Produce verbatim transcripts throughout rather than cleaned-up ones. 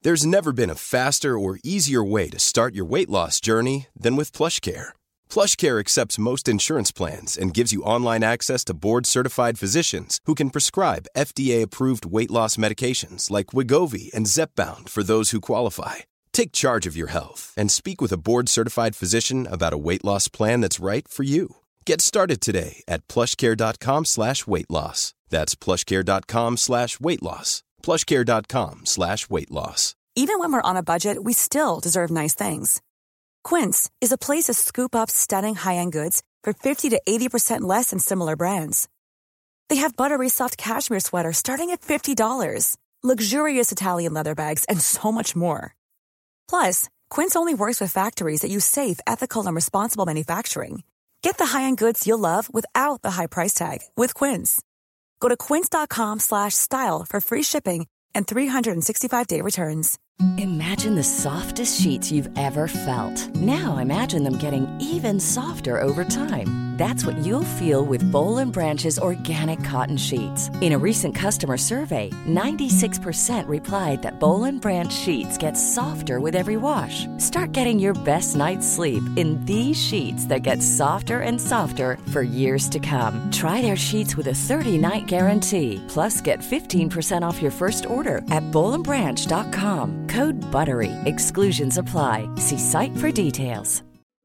There's never been a faster or easier way to start your weight loss journey than with PlushCare. PlushCare accepts most insurance plans and gives you online access to board-certified physicians who can prescribe F D A-approved weight loss medications like Wegovy and Zepbound for those who qualify. Take charge of your health and speak with a board-certified physician about a weight loss plan that's right for you. Get started today at plushcare.com slash weight loss. That's plushcare.com slash weight loss. plushcare.com slash weight loss. Even when we're on a budget, we still deserve nice things. Quince is a place to scoop up stunning high-end goods for fifty to eighty percent less than similar brands. They have buttery soft cashmere sweaters starting at fifty dollars, luxurious Italian leather bags, and so much more. Plus, Quince only works with factories that use safe, ethical, and responsible manufacturing. Get the high-end goods you'll love without the high price tag with Quince. Go to quince.com slash style for free shipping and three sixty-five day returns. Imagine the softest sheets you've ever felt. Now imagine them getting even softer over time. That's what you'll feel with Boll and Branch's organic cotton sheets. In a recent customer survey, ninety-six percent replied that Boll and Branch sheets get softer with every wash. Start getting your best night's sleep in these sheets that get softer and softer for years to come. Try their sheets with a thirty-night guarantee. Plus, get fifteen percent off your first order at boll and branch dot com. Code BUTTERY. Exclusions apply. See site for details.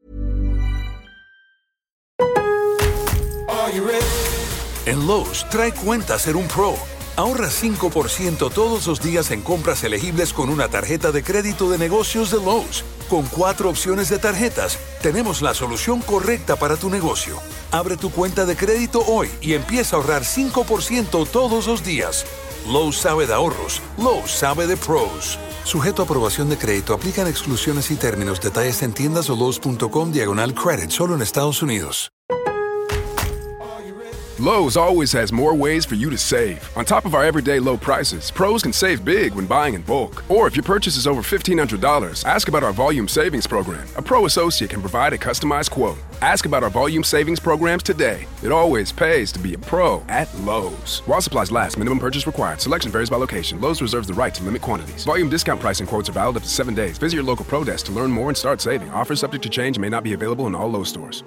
En Lowe's, trae cuenta ser un pro. Ahorra cinco por ciento todos los días en compras elegibles con una tarjeta de crédito de negocios de Lowe's. Con cuatro opciones de tarjetas, tenemos la solución correcta para tu negocio. Abre tu cuenta de crédito hoy y empieza a ahorrar cinco por ciento todos los días. Lowe's sabe de ahorros. Lowe's sabe de pros. Sujeto a aprobación de crédito, aplican exclusiones y términos. Detalles en tiendas o lowes.com diagonal credit. Solo en Estados Unidos. Lowe's always has more ways for you to save. On top of our everyday low prices, pros can save big when buying in bulk. Or if your purchase is over fifteen hundred dollars, ask about our Volume Savings Program. A pro associate can provide a customized quote. Ask about our Volume Savings Programs today. It always pays to be a pro at Lowe's. While supplies last, minimum purchase required. Selection varies by location. Lowe's reserves the right to limit quantities. Volume discount pricing quotes are valid up to seven days. Visit your local pro desk to learn more and start saving. Offers subject to change and may not be available in all Lowe's stores.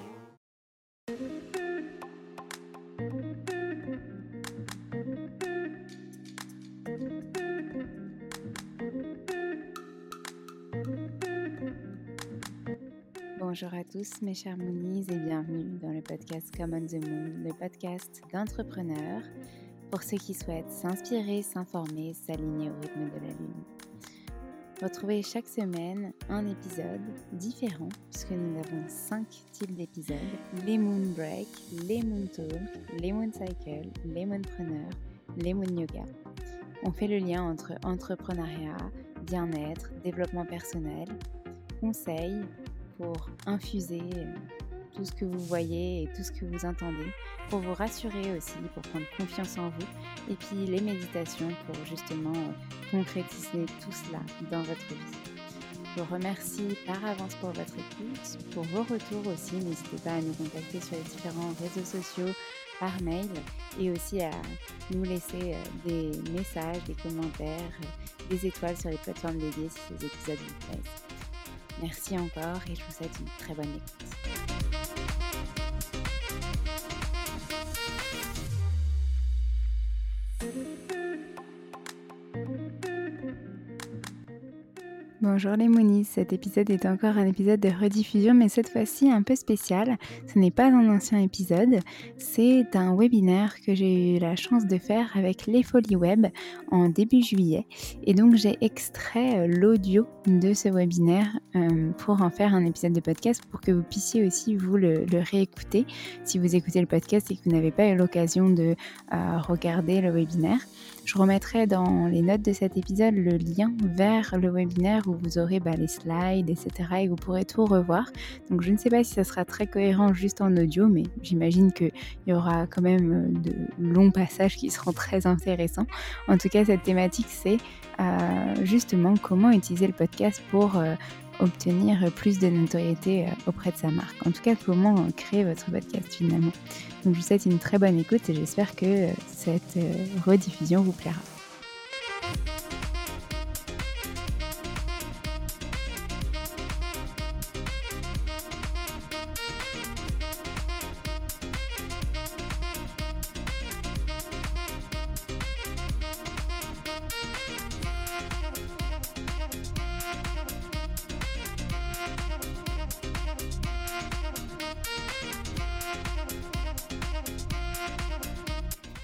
Bonjour à tous mes chers Moonies et bienvenue dans le podcast Come on the Moon, le podcast d'entrepreneurs pour ceux qui souhaitent s'inspirer, s'informer, s'aligner au rythme de la Lune. Retrouvez chaque semaine un épisode différent puisque nous avons cinq types d'épisodes, les Moon Break, les Moon Talk, les Moon Cycle, les Moonpreneurs, les Moon Yoga. On fait le lien entre entrepreneuriat, bien-être, développement personnel, conseils, pour infuser tout ce que vous voyez et tout ce que vous entendez, pour vous rassurer aussi, pour prendre confiance en vous, et puis les méditations pour justement concrétiser tout cela dans votre vie. Je vous remercie par avance pour votre écoute, pour vos retours aussi. N'hésitez pas à nous contacter sur les différents réseaux sociaux, par mail, et aussi à nous laisser des messages, des commentaires, des étoiles sur les plateformes dédiées si ces épisodes vous plaisent. Merci encore et je vous souhaite une très bonne écoute. Bonjour les Moonies, cet épisode est encore un épisode de rediffusion mais cette fois-ci un peu spécial. Ce n'est pas un ancien épisode, c'est un webinaire que j'ai eu la chance de faire avec les Folies Web en début juillet et donc j'ai extrait l'audio de ce webinaire euh, pour en faire un épisode de podcast pour que vous puissiez aussi vous le, le réécouter si vous écoutez le podcast et que vous n'avez pas eu l'occasion de euh, regarder le webinaire. Je remettrai dans les notes de cet épisode le lien vers le webinaire où vous aurez bah, les slides, et cetera et vous pourrez tout revoir. Donc je ne sais pas si ça sera très cohérent juste en audio, mais j'imagine qu'il y aura quand même de longs passages qui seront très intéressants. En tout cas, cette thématique, c'est euh, justement comment utiliser le podcast pour euh, obtenir plus de notoriété auprès de sa marque. En tout cas, comment créer votre podcast finalement. Donc je vous souhaite une très bonne écoute et j'espère que cette rediffusion vous plaira.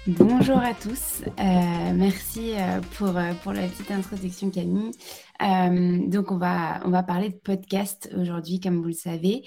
Bonjour à tous, euh, merci euh, pour, euh, pour la petite introduction Camille. Euh, donc on va, on va parler de podcast aujourd'hui comme vous le savez.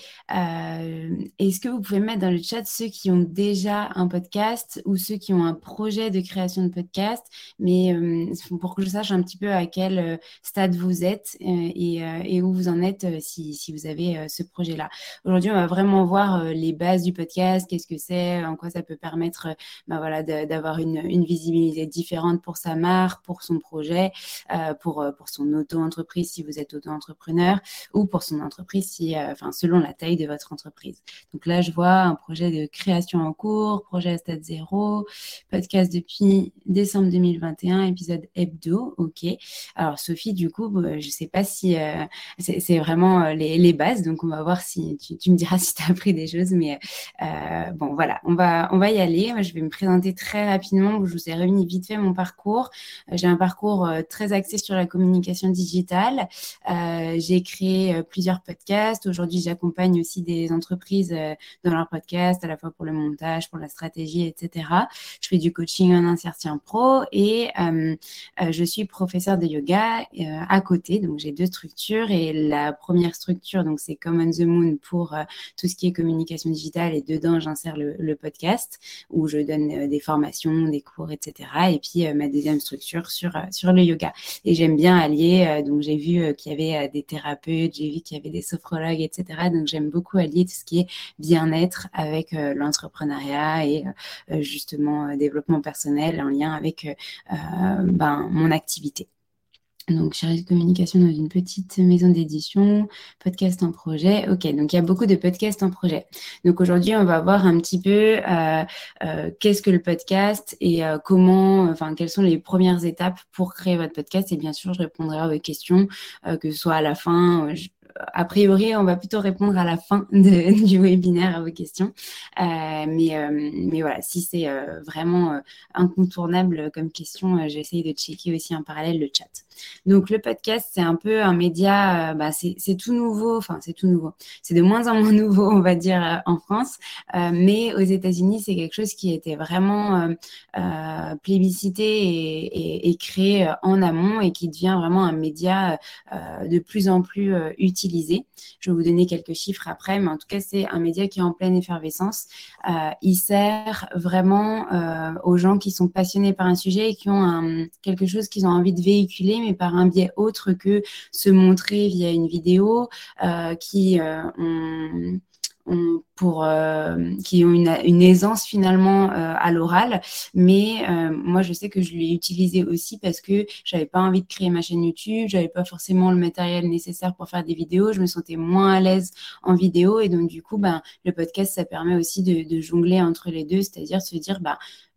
Euh, est-ce que vous pouvez mettre dans le chat ceux qui ont déjà un podcast ou ceux qui ont un projet de création de podcast, mais euh, pour que je sache un petit peu à quel euh, stade vous êtes euh, et, euh, et où vous en êtes euh, si, si vous avez euh, ce projet-là. Aujourd'hui on va vraiment voir euh, les bases du podcast, qu'est-ce que c'est, en quoi ça peut permettre euh, ben voilà, de, d'avoir une, une visibilité différente pour sa marque, pour son projet, euh, pour, pour son auto-entreprise si vous êtes auto-entrepreneur ou pour son entreprise si, euh, enfin, selon la taille de votre entreprise. Donc là, je vois un projet de création en cours, projet à stade zéro, podcast depuis décembre deux mille vingt et un, épisode hebdo. OK. Alors, Sophie, du coup, je ne sais pas si euh, c'est, c'est vraiment euh, les, les bases. Donc, on va voir si tu, tu me diras si tu as appris des choses. Mais euh, bon, voilà, on va, on va y aller. Moi, je vais me présenter très rapidement. Je vous ai réuni vite fait mon parcours. Euh, j'ai un parcours euh, très axé sur la communication digitale. Euh, j'ai créé euh, plusieurs podcasts. Aujourd'hui, j'accompagne aussi des entreprises euh, dans leurs podcasts, à la fois pour le montage, pour la stratégie, et cetera. Je fais du coaching en insertion pro et euh, euh, je suis professeure de yoga euh, à côté. Donc, j'ai deux structures et la première structure, donc c'est Come on the Moon pour euh, tout ce qui est communication digitale et dedans, j'insère le, le podcast où je donne euh, des formations, des cours, et cetera. Et puis, euh, ma deuxième structure sur, euh, sur le yoga. Et j'aime bien allier, euh, donc j'ai vu euh, qu'il y avait euh, des thérapeutes, j'ai vu qu'il y avait des sophrologues, et cetera. Donc, j'aime beaucoup allier tout ce qui est bien-être avec euh, l'entrepreneuriat et euh, justement euh, développement personnel en lien avec euh, ben, mon activité. Donc, chargée de communication dans une petite maison d'édition, podcast en projet. OK, donc il y a beaucoup de podcasts en projet. Donc, aujourd'hui, on va voir un petit peu euh, euh, qu'est-ce que le podcast et euh, comment, enfin, quelles sont les premières étapes pour créer votre podcast. Et bien sûr, je répondrai à vos questions, euh, que ce soit à la fin. Euh, je, a priori, on va plutôt répondre à la fin de, du webinaire à vos questions. Euh, mais, euh, mais voilà, si c'est euh, vraiment euh, incontournable comme question, euh, j'essaye de checker aussi en parallèle le chat. Donc, le podcast, c'est un peu un média, euh, bah, c'est, c'est tout nouveau, enfin, c'est tout nouveau. C'est de moins en moins nouveau, on va dire, euh, en France. Euh, mais aux États-Unis, c'est quelque chose qui était vraiment euh, euh, plébiscité et, et, et créé euh, en amont et qui devient vraiment un média euh, de plus en plus euh, utilisé. Je vais vous donner quelques chiffres après, mais en tout cas, c'est un média qui est en pleine effervescence. Euh, il sert vraiment euh, aux gens qui sont passionnés par un sujet et qui ont un, quelque chose qu'ils ont envie de véhiculer, mais par un biais autre que se montrer via une vidéo, euh, qui euh, ont, ont pour euh, qui ont une, une aisance finalement euh, à l'oral, mais euh, moi je sais que je l'ai utilisé aussi parce que j'avais pas envie de créer ma chaîne YouTube, j'avais pas forcément le matériel nécessaire pour faire des vidéos, je me sentais moins à l'aise en vidéo et donc du coup ben le podcast ça permet aussi de, de jongler entre les deux, c'est-à-dire se dire bah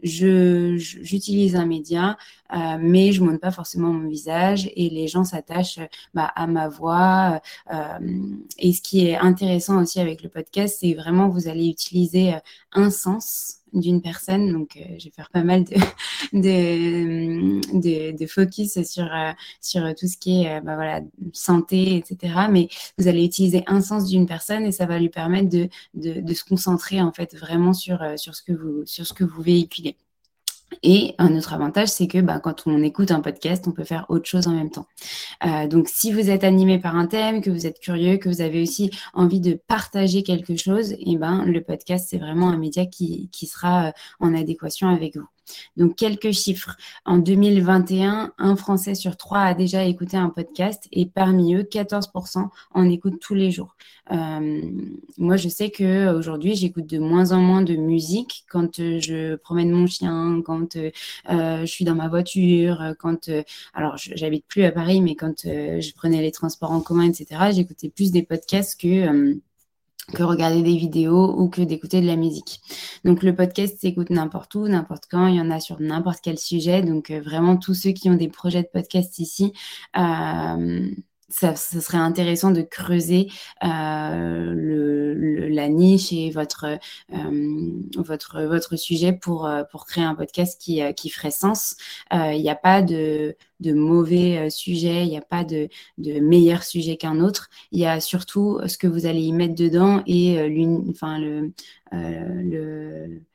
je, je j'utilise un média euh, mais je montre pas forcément mon visage et les gens s'attachent bah, à ma voix euh, et ce qui est intéressant aussi avec le podcast c'est vraiment vous allez utiliser un sens d'une personne. Donc, euh, je vais faire pas mal de, de, de, de focus sur, euh, sur tout ce qui est euh, bah, voilà, santé, et cetera. Mais vous allez utiliser un sens d'une personne et ça va lui permettre de, de, de se concentrer en fait vraiment sur, euh, sur, ce que vous, sur ce que vous véhiculez. Et un autre avantage, c'est que bah, quand on écoute un podcast, on peut faire autre chose en même temps. Euh, donc, si vous êtes animé par un thème, que vous êtes curieux, que vous avez aussi envie de partager quelque chose, et ben, le podcast, c'est vraiment un média qui, qui sera en adéquation avec vous. Donc, quelques chiffres. En deux mille vingt et un, un Français sur trois a déjà écouté un podcast et parmi eux, quatorze pour cent en écoutent tous les jours. Euh, moi, je sais qu'aujourd'hui, j'écoute de moins en moins de musique quand euh, je promène mon chien, quand euh, je suis dans ma voiture, quand... Euh, alors, je, j'habite plus à Paris, mais quand euh, je prenais les transports en commun, et cetera, j'écoutais plus des podcasts que... Euh, que regarder des vidéos ou que d'écouter de la musique. Donc, le podcast s'écoute n'importe où, n'importe quand. Il y en a sur n'importe quel sujet. Donc, euh, vraiment, tous ceux qui ont des projets de podcast ici, euh, ça, ça serait intéressant de creuser euh, le, le, la niche et votre, euh, votre, votre sujet pour, pour créer un podcast qui, qui ferait sens. Il euh, n'y a pas de... de mauvais sujets, il n'y a pas de, de meilleur sujet qu'un autre. Il y a surtout ce que vous allez y mettre dedans et euh, enfin, le, euh, le,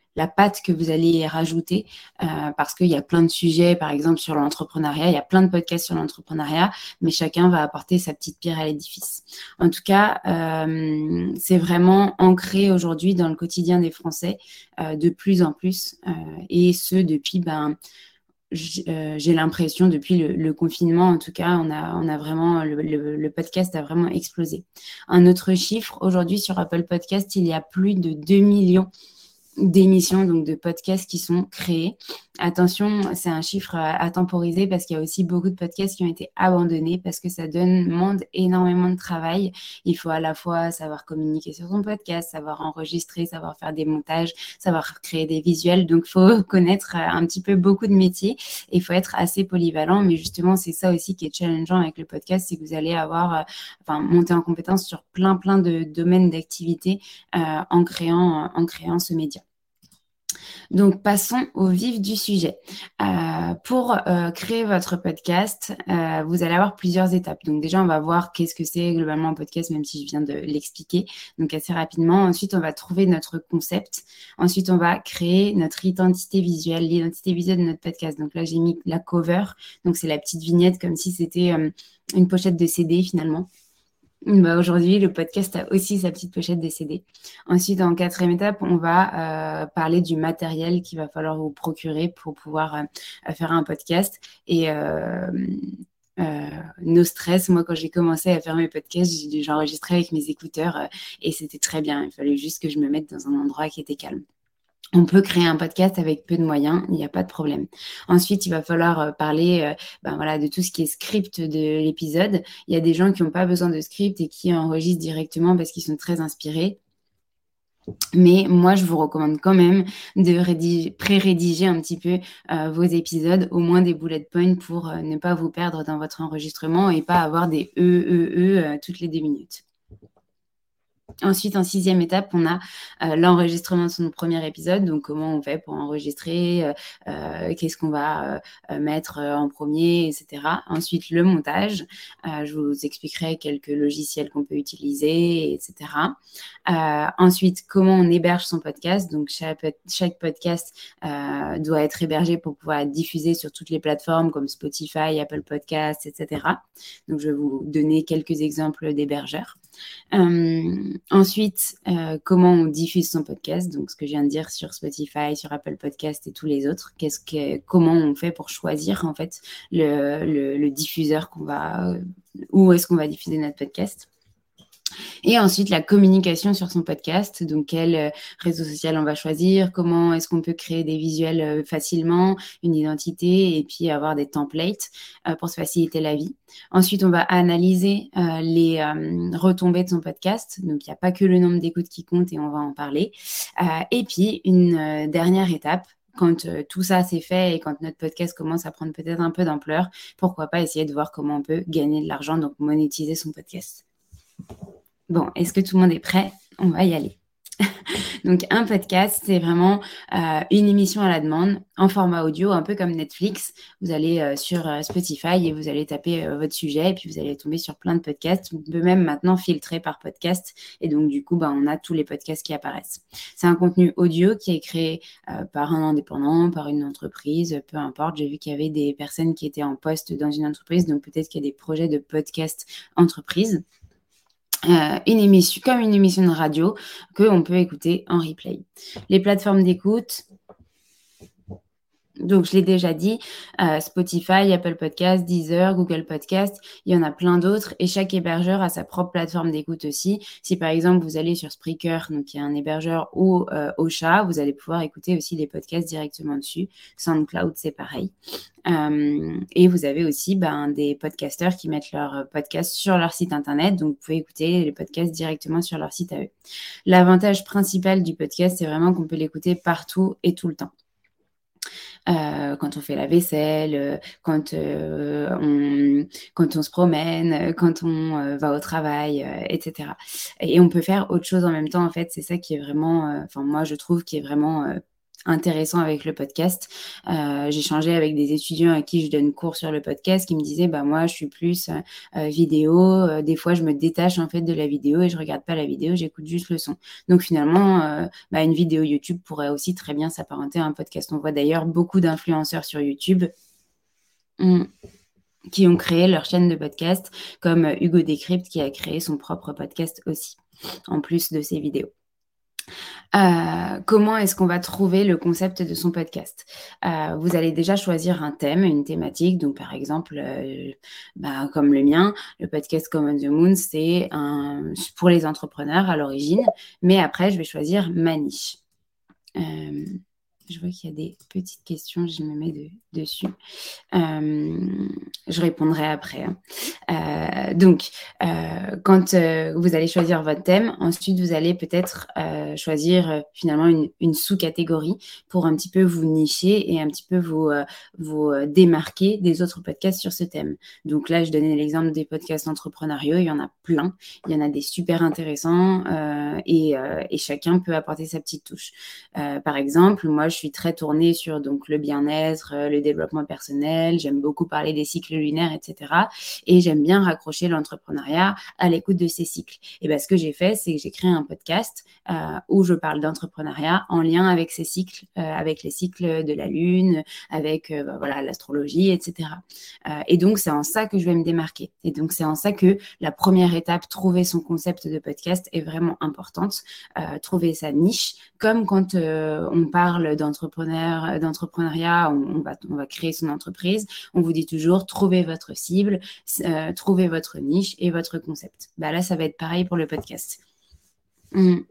la patte que vous allez rajouter euh, parce qu'il y a plein de sujets, par exemple sur l'entrepreneuriat, il y a plein de podcasts sur l'entrepreneuriat, mais chacun va apporter sa petite pierre à l'édifice. En tout cas, euh, c'est vraiment ancré aujourd'hui dans le quotidien des Français euh, de plus en plus, euh, et ce depuis, ben, j- euh, j'ai l'impression, depuis le, le confinement, en tout cas, on a, on a vraiment, le, le, le podcast a vraiment explosé. Un autre chiffre, aujourd'hui sur Apple Podcast, il y a plus de deux millions d'émissions, donc de podcasts qui sont créés. Attention, c'est un chiffre à, à temporiser parce qu'il y a aussi beaucoup de podcasts qui ont été abandonnés parce que ça demande énormément de travail. Il faut à la fois savoir communiquer sur son podcast, savoir enregistrer, savoir faire des montages, savoir créer des visuels. Donc, il faut connaître un petit peu beaucoup de métiers et il faut être assez polyvalent. Mais justement, c'est ça aussi qui est challengeant avec le podcast, c'est que vous allez avoir, euh, enfin, monter en compétence sur plein, plein de domaines d'activité euh, en créant, en créant ce média. Donc, passons au vif du sujet. Euh, pour euh, créer votre podcast, euh, vous allez avoir plusieurs étapes. Donc, déjà, on va voir qu'est-ce que c'est globalement un podcast, même si je viens de l'expliquer. Donc, assez rapidement. Ensuite, on va trouver notre concept. Ensuite, on va créer notre identité visuelle, l'identité visuelle de notre podcast. Donc là, j'ai mis la cover. Donc, c'est la petite vignette comme si c'était euh, une pochette de C D finalement. Bah, aujourd'hui, le podcast a aussi sa petite pochette de C D. Ensuite, en quatrième étape, on va euh, parler du matériel qu'il va falloir vous procurer pour pouvoir euh, faire un podcast. Et euh, euh, no stress, moi, quand j'ai commencé à faire mes podcasts, j'ai- j'enregistrais avec mes écouteurs euh, et c'était très bien. Il fallait juste que je me mette dans un endroit qui était calme. On peut créer un podcast avec peu de moyens, il n'y a pas de problème. Ensuite, il va falloir euh, parler euh, ben voilà, de tout ce qui est script de l'épisode. Il y a des gens qui n'ont pas besoin de script et qui enregistrent directement parce qu'ils sont très inspirés. Mais moi, je vous recommande quand même de rédig- pré-rédiger un petit peu euh, vos épisodes, au moins des bullet points pour euh, ne pas vous perdre dans votre enregistrement et pas avoir des E, E, E euh, toutes les deux minutes. Ensuite, en sixième étape, on a euh, l'enregistrement de son premier épisode. Donc, comment on fait pour enregistrer, euh, euh, qu'est-ce qu'on va euh, mettre euh, en premier, et cetera. Ensuite, le montage. Euh, je vous expliquerai quelques logiciels qu'on peut utiliser, et cetera. Euh, ensuite, comment on héberge son podcast. Donc, chaque, chaque podcast euh, doit être hébergé pour pouvoir être diffusé sur toutes les plateformes comme Spotify, Apple Podcasts, et cetera. Donc, je vais vous donner quelques exemples d'hébergeurs. Euh, ensuite, euh, comment on diffuse son podcast, donc ce que je viens de dire sur Spotify, sur Apple Podcast et tous les autres. Qu'est-ce que, comment on fait pour choisir en fait le, le, le diffuseur qu'on va, où est-ce qu'on va diffuser notre podcast. Et ensuite, la communication sur son podcast. Donc, quel euh, réseau social on va choisir, comment est-ce qu'on peut créer des visuels euh, facilement, une identité et puis avoir des templates euh, pour se faciliter la vie. Ensuite, on va analyser euh, les euh, retombées de son podcast. Donc, il n'y a pas que le nombre d'écoutes qui compte et on va en parler. Euh, et puis, une euh, dernière étape, quand euh, tout ça c'est fait et quand notre podcast commence à prendre peut-être un peu d'ampleur, pourquoi pas essayer de voir comment on peut gagner de l'argent, donc monétiser son podcast. Bon, est-ce que tout le monde est prêt? On va y aller. Donc, un podcast, c'est vraiment euh, une émission à la demande en format audio, un peu comme Netflix. Vous allez euh, sur euh, Spotify et vous allez taper euh, votre sujet et puis vous allez tomber sur plein de podcasts. On peut même maintenant filtrer par podcast et donc, du coup, bah, on a tous les podcasts qui apparaissent. C'est un contenu audio qui est créé euh, par un indépendant, par une entreprise, peu importe. J'ai vu qu'il y avait des personnes qui étaient en poste dans une entreprise, donc peut-être qu'il y a des projets de podcast entreprise. Euh, une émission, comme une émission de radio qu'on peut écouter en replay. Les plateformes d'écoute, donc je l'ai déjà dit, euh, Spotify, Apple Podcasts, Deezer, Google Podcasts, il y en a plein d'autres et chaque hébergeur a sa propre plateforme d'écoute aussi. Si par exemple vous allez sur Spreaker, donc il y a un hébergeur ou euh, Ocha, vous allez pouvoir écouter aussi les podcasts directement dessus. SoundCloud, c'est pareil. Euh, et vous avez aussi ben, des podcasteurs qui mettent leurs podcasts sur leur site internet, donc vous pouvez écouter les podcasts directement sur leur site à eux. L'avantage principal du podcast, c'est vraiment qu'on peut l'écouter partout et tout le temps. Euh, quand on fait la vaisselle, euh, quand, euh, on, quand on se promène, quand on euh, va au travail, euh, et cetera. Et on peut faire autre chose en même temps, en fait, c'est ça qui est vraiment, enfin euh, moi je trouve qui est vraiment euh, intéressant avec le podcast. Euh, j'ai changé avec des étudiants à qui je donne cours sur le podcast qui me disaient bah moi je suis plus euh, vidéo, euh, des fois je me détache en fait de la vidéo et je regarde pas la vidéo, j'écoute juste le son. Donc finalement euh, bah, une vidéo YouTube pourrait aussi très bien s'apparenter à un podcast. On voit d'ailleurs beaucoup d'influenceurs sur YouTube hum, qui ont créé leur chaîne de podcast, comme Hugo Décrypte qui a créé son propre podcast aussi, en plus de ses vidéos. Euh, comment est-ce qu'on va trouver le concept de son podcast? Euh, vous allez déjà choisir un thème, une thématique. Donc, par exemple, euh, bah, comme le mien, le podcast Common the Moon, c'est un, pour les entrepreneurs à l'origine. Mais après, je vais choisir ma niche. Euh, je vois qu'il y a des petites questions, je me mets de, dessus. Euh, je répondrai après. Hein. Euh, donc, euh, quand euh, vous allez choisir votre thème, ensuite, vous allez peut-être euh, choisir euh, finalement une, une sous-catégorie pour un petit peu vous nicher et un petit peu vous, euh, vous euh, démarquer des autres podcasts sur ce thème. Donc là, je donnais l'exemple des podcasts entrepreneuriaux. Il y en a plein. Il y en a des super intéressants euh, et, euh, et chacun peut apporter sa petite touche. Euh, par exemple, moi, je suis très tournée sur donc, le bien-être, euh, le développement personnel. J'aime beaucoup parler des cycles lunaires, et cetera. Et j'aime bien raccrocher l'entrepreneuriat à l'écoute de ces cycles. Et bien, ce que j'ai fait, c'est que j'ai créé un podcast euh, où je parle d'entrepreneuriat en lien avec ces cycles, euh, avec les cycles de la Lune, avec euh, voilà, l'astrologie, et cetera. Euh, et donc, c'est en ça que je vais me démarquer. Et donc, c'est en ça que la première étape, trouver son concept de podcast, est vraiment importante. Euh, trouver sa niche, comme quand euh, on parle d'entrepreneur, d'entrepreneuriat, on, on, va, on va créer son entreprise, on vous dit toujours, trouvez votre cible, euh, trouvez votre niche et votre concept. Bah là, ça va être pareil pour le podcast. Hum.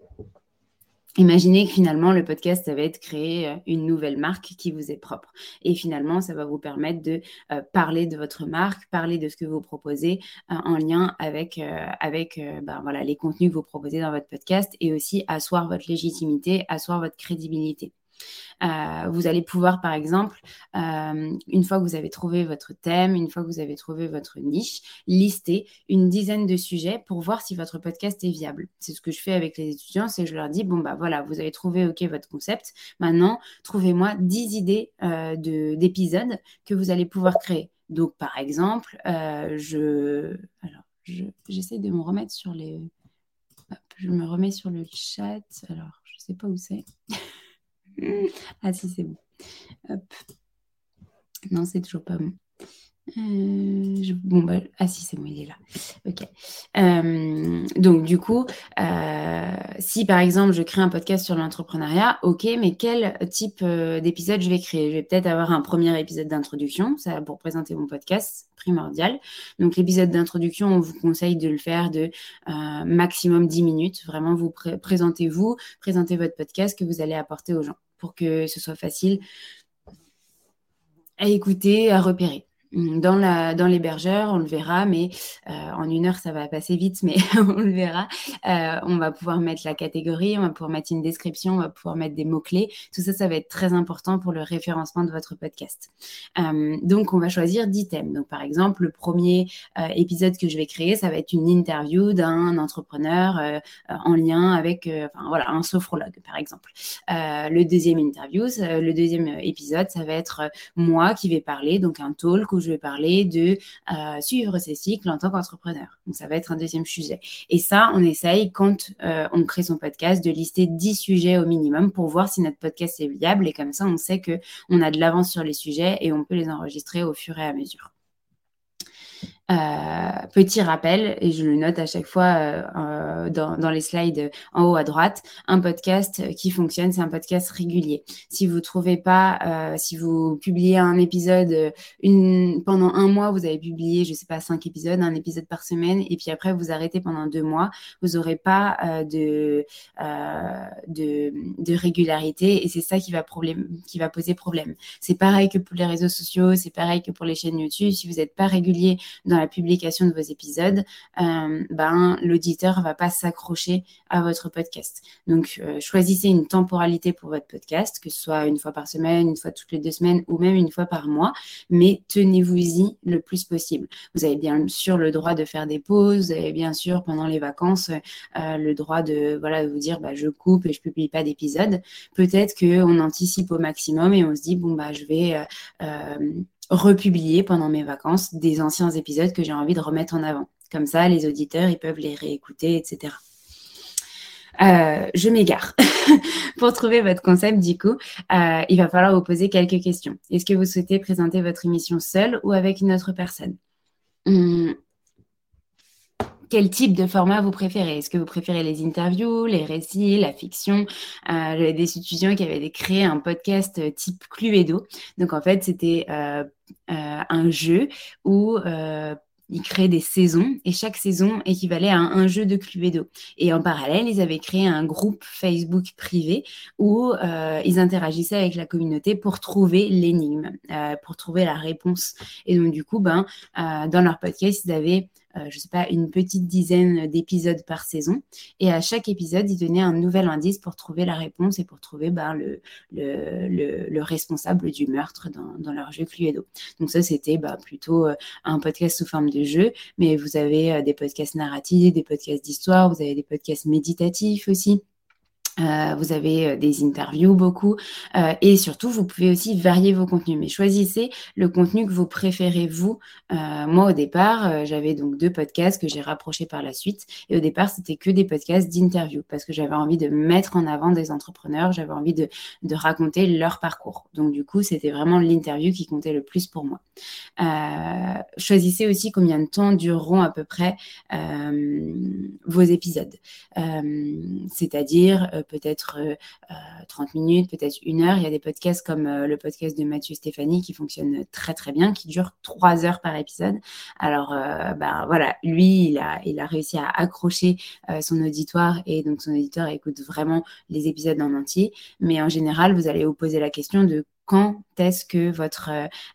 Imaginez que finalement, le podcast, ça va être créer une nouvelle marque qui vous est propre. Et finalement, ça va vous permettre de euh, parler de votre marque, parler de ce que vous proposez euh, en lien avec, euh, avec euh, ben, voilà, les contenus que vous proposez dans votre podcast et aussi asseoir votre légitimité, asseoir votre crédibilité. Euh, vous allez pouvoir, par exemple, euh, une fois que vous avez trouvé votre thème, une fois que vous avez trouvé votre niche, lister une dizaine de sujets pour voir si votre podcast est viable. C'est ce que je fais avec les étudiants, c'est que je leur dis, bon, bah voilà, vous avez trouvé, OK, votre concept. Maintenant, trouvez-moi dix idées euh, de, d'épisodes que vous allez pouvoir créer. Donc, par exemple, euh, je... Alors, je... j'essaie de me remettre sur les... Hop, je me remets sur le chat. Alors, je ne sais pas où c'est. Ah si, c'est bon. Hop. Non, c'est toujours pas bon. Euh, je... Bon, bah, ah si, c'est bon, il est là. Ok. Euh, donc, du coup, euh, si par exemple, je crée un podcast sur l'entrepreneuriat, ok, mais quel type euh, d'épisode je vais créer? Je vais peut-être avoir un premier épisode d'introduction, ça pour présenter mon podcast, primordial. Donc, l'épisode d'introduction, on vous conseille de le faire de euh, maximum dix minutes. Vraiment, vous pré- présentez-vous, présentez votre podcast que vous allez apporter aux gens pour que ce soit facile à écouter, à repérer. Dans, la, dans l'hébergeur, on le verra, mais euh, en une heure, ça va passer vite, mais on le verra. Euh, on va pouvoir mettre la catégorie, on va pouvoir mettre une description, on va pouvoir mettre des mots-clés. Tout ça, ça va être très important pour le référencement de votre podcast. Euh, donc, on va choisir dix thèmes. Donc, par exemple, le premier euh, épisode que je vais créer, ça va être une interview d'un entrepreneur euh, en lien avec, euh, enfin, voilà, un sophrologue, par exemple. Euh, le deuxième interview, ça, le deuxième épisode, ça va être euh, moi qui vais parler, donc un talk où je vais parler de euh, suivre ses cycles en tant qu'entrepreneur. Donc, ça va être un deuxième sujet. Et ça, on essaye, quand euh, on crée son podcast, de lister dix sujets au minimum pour voir si notre podcast est viable. Et comme ça, on sait qu'on a de l'avance sur les sujets et on peut les enregistrer au fur et à mesure. Euh, petit rappel, et je le note à chaque fois euh, euh, dans, dans les slides en haut à droite, un podcast qui fonctionne, c'est un podcast régulier. Si vous trouvez pas, euh, si vous publiez un épisode une, pendant un mois, vous avez publié, je sais pas, cinq épisodes, un épisode par semaine, et puis après vous arrêtez pendant deux mois, vous aurez pas euh, de, euh, de de régularité, et c'est ça qui va problème, qui va poser problème. C'est pareil que pour les réseaux sociaux, c'est pareil que pour les chaînes YouTube. Si vous n'êtes pas régulier dans la publication de vos épisodes, euh, ben, l'auditeur ne va pas s'accrocher à votre podcast. Donc, euh, choisissez une temporalité pour votre podcast, que ce soit une fois par semaine, une fois toutes les deux semaines ou même une fois par mois, mais tenez-vous-y le plus possible. Vous avez bien sûr le droit de faire des pauses, vous avez bien sûr pendant les vacances euh, le droit de, voilà, de vous dire bah, je coupe et je ne publie pas d'épisode. Peut-être qu'on anticipe au maximum et on se dit bon, bah, je vais euh, euh, republier pendant mes vacances des anciens épisodes que j'ai envie de remettre en avant. Comme ça, les auditeurs, ils peuvent les réécouter, et cetera. Euh, je m'égare. Pour trouver votre concept, du coup, euh, il va falloir vous poser quelques questions. Est-ce que vous souhaitez présenter votre émission seule ou avec une autre personne ? hum, Quel type de format vous préférez ? Est-ce que vous préférez les interviews, les récits, la fiction ? euh, J'avais des étudiants qui avaient créé un podcast type Cluedo. Donc, en fait, c'était euh, euh, un jeu où... Euh, ils créaient des saisons et chaque saison équivalait à un, un jeu de Cluedo. Et en parallèle, ils avaient créé un groupe Facebook privé où euh, ils interagissaient avec la communauté pour trouver l'énigme, euh, pour trouver la réponse. Et donc, du coup, ben, euh, dans leur podcast, ils avaient Euh, je ne sais pas, une petite dizaine d'épisodes par saison. Et à chaque épisode, ils donnaient un nouvel indice pour trouver la réponse et pour trouver ben, le, le, le, le responsable du meurtre dans, dans leur jeu Cluedo. Donc ça, c'était ben, plutôt euh, un podcast sous forme de jeu, mais vous avez euh, des podcasts narratifs, des podcasts d'histoire, vous avez des podcasts méditatifs aussi. Euh, vous avez des interviews beaucoup euh, et surtout vous pouvez aussi varier vos contenus, mais choisissez le contenu que vous préférez vous. Euh, moi au départ euh, j'avais donc deux podcasts que j'ai rapprochés par la suite et au départ c'était que des podcasts d'interview parce que j'avais envie de mettre en avant des entrepreneurs, j'avais envie de, de raconter leur parcours, donc du coup c'était vraiment l'interview qui comptait le plus pour moi. Euh, choisissez aussi combien de temps dureront à peu près euh, vos épisodes, euh, c'est-à-dire euh, peut-être euh, trente minutes, peut-être une heure. Il y a des podcasts comme euh, le podcast de Mathieu Stéphanie qui fonctionne très très bien, qui dure trois heures par épisode. Alors euh, ben voilà, lui il a, il a réussi à accrocher euh, son auditoire et donc son auditeur écoute vraiment les épisodes en entier, mais en général vous allez vous poser la question de quand est-ce que votre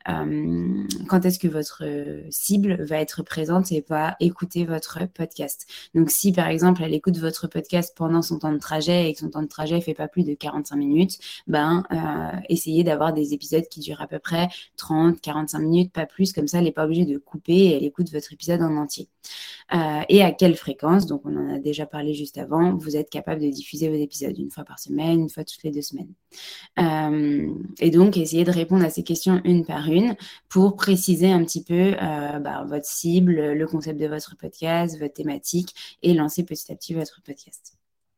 euh, quand est-ce que votre cible va être présente et va écouter votre podcast. Donc si par exemple elle écoute votre podcast pendant son temps de trajet et que son temps de trajet fait pas plus de quarante-cinq minutes, ben euh, essayez d'avoir des épisodes qui durent à peu près trente à quarante-cinq minutes, pas plus, comme ça elle n'est pas obligée de couper et elle écoute votre épisode en entier. Euh, et à quelle fréquence, donc on en a déjà parlé juste avant, vous êtes capable de diffuser vos épisodes, une fois par semaine, une fois toutes les deux semaines. Euh, et donc essayez de répondre à ces questions une par une pour préciser un petit peu euh, bah, votre cible, le concept de votre podcast, votre thématique et lancer petit à petit votre podcast.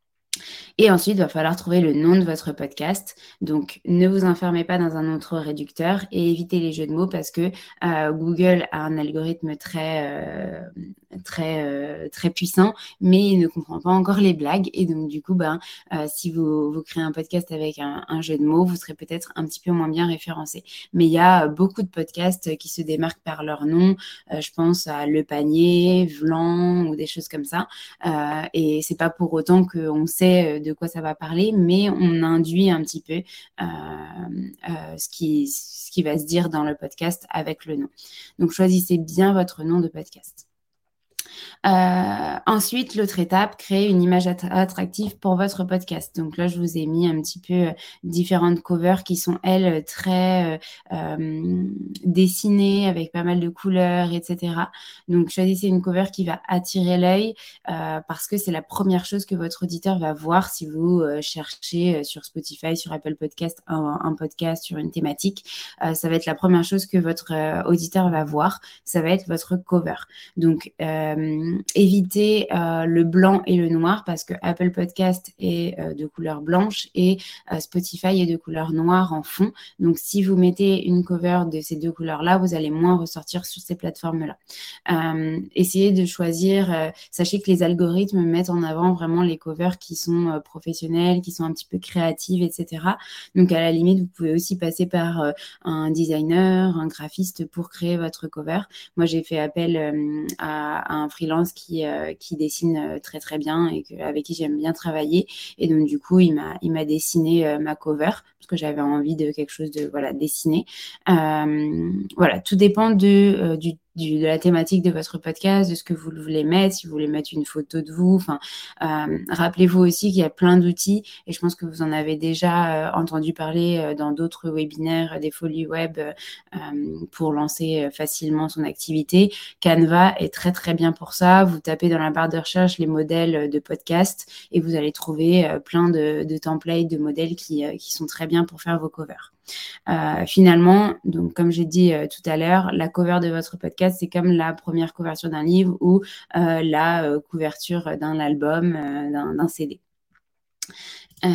Et ensuite, il va falloir trouver le nom de votre podcast. Donc, ne vous enfermez pas dans un autre réducteur et évitez les jeux de mots parce que euh, Google a un algorithme très, euh, très, euh, très puissant, mais il ne comprend pas encore les blagues. Et donc, du coup, ben, euh, si vous, vous créez un podcast avec un, un jeu de mots, vous serez peut-être un petit peu moins bien référencé. Mais il y a beaucoup de podcasts qui se démarquent par leur nom. Euh, je pense à Le Panier, Vlan ou des choses comme ça. Euh, et c'est pas pour autant qu'on sait de quoi ça va parler, mais on induit un petit peu euh, euh, ce, qui, ce qui va se dire dans le podcast avec le nom. Donc, choisissez bien votre nom de podcast. Euh, ensuite, l'autre étape, créer une image att- attractive pour votre podcast. Donc là, je vous ai mis un petit peu euh, différentes covers qui sont, elles, très euh, euh, dessinées avec pas mal de couleurs, et cetera. Donc, choisissez une cover qui va attirer l'œil euh, parce que c'est la première chose que votre auditeur va voir si vous euh, cherchez sur Spotify, sur Apple Podcast, un, un podcast sur une thématique. Euh, ça va être la première chose que votre euh, auditeur va voir. Ça va être votre cover. Donc, euh, évitez euh, le blanc et le noir parce que Apple Podcast est euh, de couleur blanche et euh, Spotify est de couleur noire en fond. Donc, si vous mettez une cover de ces deux couleurs-là, vous allez moins ressortir sur ces plateformes-là. Euh, essayez de choisir, euh, sachez que les algorithmes mettent en avant vraiment les covers qui sont euh, professionnelles, qui sont un petit peu créatives, et cetera. Donc, à la limite, vous pouvez aussi passer par euh, un designer, un graphiste pour créer votre cover. Moi, j'ai fait appel euh, à, à un freelance qui, euh, qui dessine euh, très très bien et que, avec qui j'aime bien travailler. Et donc du coup, il m'a, il m'a dessiné euh, ma cover parce que j'avais envie de quelque chose de voilà dessiné. Euh, voilà, tout dépend de, euh, du du, de la thématique de votre podcast, de ce que vous voulez mettre, si vous voulez mettre une photo de vous. Enfin, euh, rappelez-vous aussi qu'il y a plein d'outils et je pense que vous en avez déjà euh, entendu parler euh, dans d'autres webinaires, des folies web euh, pour lancer euh, facilement son activité. Canva est très très bien pour ça. Vous tapez dans la barre de recherche les modèles de podcast et vous allez trouver euh, plein de, de templates, de modèles qui, euh, qui sont très bien pour faire vos covers. Euh, finalement, donc comme j'ai dit euh, tout à l'heure, la cover de votre podcast, c'est comme la première couverture d'un livre ou euh, la euh, couverture d'un album, euh, d'un, d'un C D. Euh,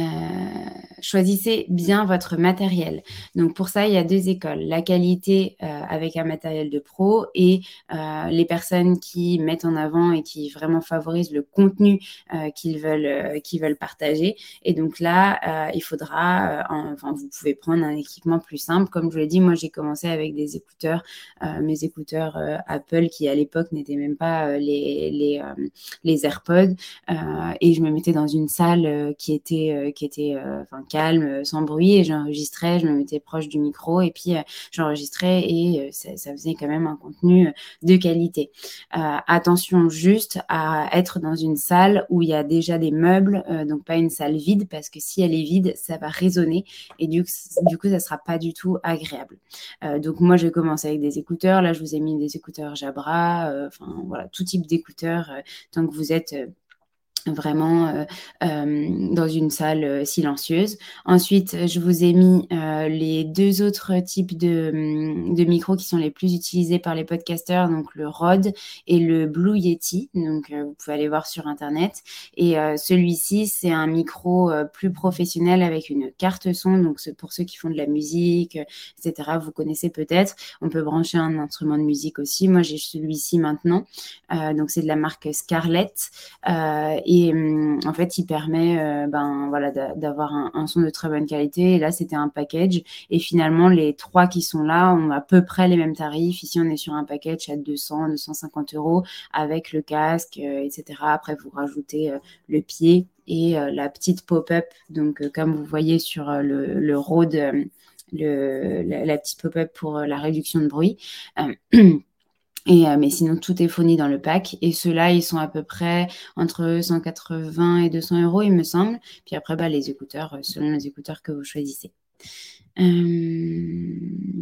choisissez bien votre matériel. Donc pour ça, il y a deux écoles. La qualité euh, avec un matériel de pro et euh, les personnes qui mettent en avant et qui vraiment favorisent le contenu euh, qu'ils veulent, euh, qu'ils veulent partager. Et donc là, euh, il faudra, euh, en, enfin, vous pouvez prendre un équipement plus simple. Comme je vous l'ai dit, moi, j'ai commencé avec des écouteurs, euh, mes écouteurs euh, Apple qui à l'époque n'étaient même pas euh, les, les, euh, les AirPods. Euh, et je me mettais dans une salle euh, qui était euh, qui était euh, enfin calme, euh, sans bruit, et j'enregistrais, je me mettais proche du micro et puis euh, j'enregistrais et euh, ça, ça faisait quand même un contenu euh, de qualité. Euh, attention juste à être dans une salle où il y a déjà des meubles, euh, donc pas une salle vide, parce que si elle est vide, ça va résonner et du, du coup, ça sera pas du tout agréable. Euh, donc moi, je commence avec des écouteurs. Là, je vous ai mis des écouteurs Jabra, euh, enfin voilà, tout type d'écouteurs, euh, tant que vous êtes euh, vraiment euh, euh, dans une salle euh, silencieuse. Ensuite, je vous ai mis euh, les deux autres types de, de micros qui sont les plus utilisés par les podcasteurs, donc le Rode et le Blue Yeti. Donc, euh, vous pouvez aller voir sur Internet. Et euh, celui-ci, c'est un micro euh, plus professionnel avec une carte son. Donc, pour ceux qui font de la musique, et cetera, vous connaissez peut-être. On peut brancher un instrument de musique aussi. Moi, j'ai celui-ci maintenant. Euh, donc, c'est de la marque Scarlett. Euh, Et hum, en fait, il permet euh, ben, voilà, d'avoir un, un son de très bonne qualité. Et là, c'était un package. Et finalement, les trois qui sont là ont à peu près les mêmes tarifs. Ici, on est sur un package à deux cents, deux cent cinquante euros avec le casque, euh, et cetera. Après, vous rajoutez euh, le pied et euh, la petite pop-up. Donc, euh, comme vous voyez sur euh, le, le Rode, euh, le, la, la petite pop-up pour euh, la réduction de bruit. Euh, Et, euh, mais sinon, tout est fourni dans le pack. Et ceux-là, ils sont à peu près entre cent quatre-vingts et deux cents euros, il me semble. Puis après, bah, les écouteurs, selon les écouteurs que vous choisissez. Euh...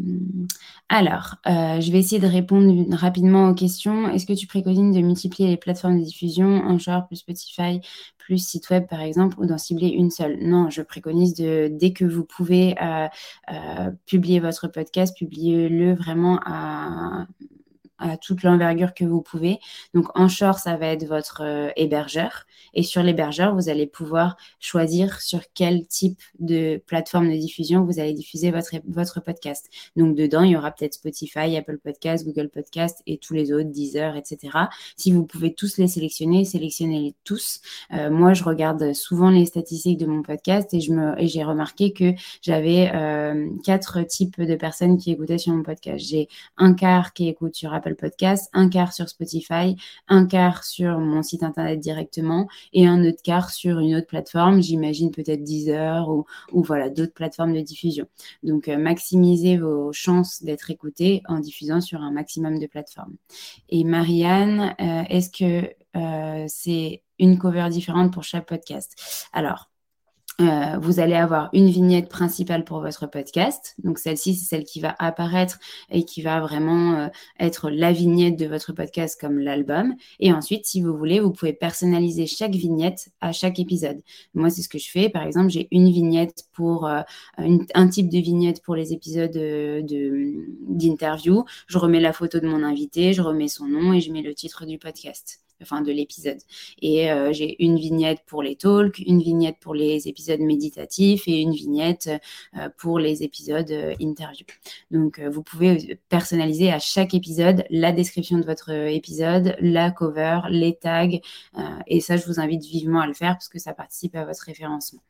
Alors, euh, je vais essayer de répondre rapidement aux questions. Est-ce que tu préconises de multiplier les plateformes de diffusion, Anchor plus Spotify, plus site web par exemple, ou d'en cibler une seule? Non, je préconise de, dès que vous pouvez euh, euh, publier votre podcast, publiez-le vraiment à... à toute l'envergure que vous pouvez. Donc, Anchor, ça va être votre euh, hébergeur. Et sur l'hébergeur, vous allez pouvoir choisir sur quel type de plateforme de diffusion vous allez diffuser votre, votre podcast. Donc, dedans, il y aura peut-être Spotify, Apple Podcast, Google Podcast et tous les autres, Deezer, et cetera. Si vous pouvez tous les sélectionner, sélectionnez-les tous. Euh, moi, je regarde souvent les statistiques de mon podcast et, je me, et j'ai remarqué que j'avais euh, quatre types de personnes qui écoutaient sur mon podcast. J'ai un quart qui écoute sur Apple Podcast, un quart sur Spotify, un quart sur mon site internet directement et un autre quart sur une autre plateforme, j'imagine peut-être Deezer ou, ou voilà, d'autres plateformes de diffusion. Donc, euh, maximisez vos chances d'être écoutés en diffusant sur un maximum de plateformes. Et Marianne, euh, est-ce que euh, c'est une cover différente pour chaque podcast? Alors, Euh, vous allez avoir une vignette principale pour votre podcast. Donc, celle-ci, c'est celle qui va apparaître et qui va vraiment euh, être la vignette de votre podcast comme l'album. Et ensuite, si vous voulez, vous pouvez personnaliser chaque vignette à chaque épisode. Moi, c'est ce que je fais. Par exemple, j'ai une vignette pour euh, une, un type de vignette pour les épisodes de, de, d'interview. Je remets la photo de mon invité, je remets son nom et je mets le titre du podcast. Enfin de l'épisode. Et euh, j'ai une vignette pour les talks, une vignette pour les épisodes méditatifs et une vignette euh, pour les épisodes euh, interview. Donc, euh, vous pouvez personnaliser à chaque épisode la description de votre épisode, la cover, les tags. Euh, et ça, je vous invite vivement à le faire parce que ça participe à votre référencement.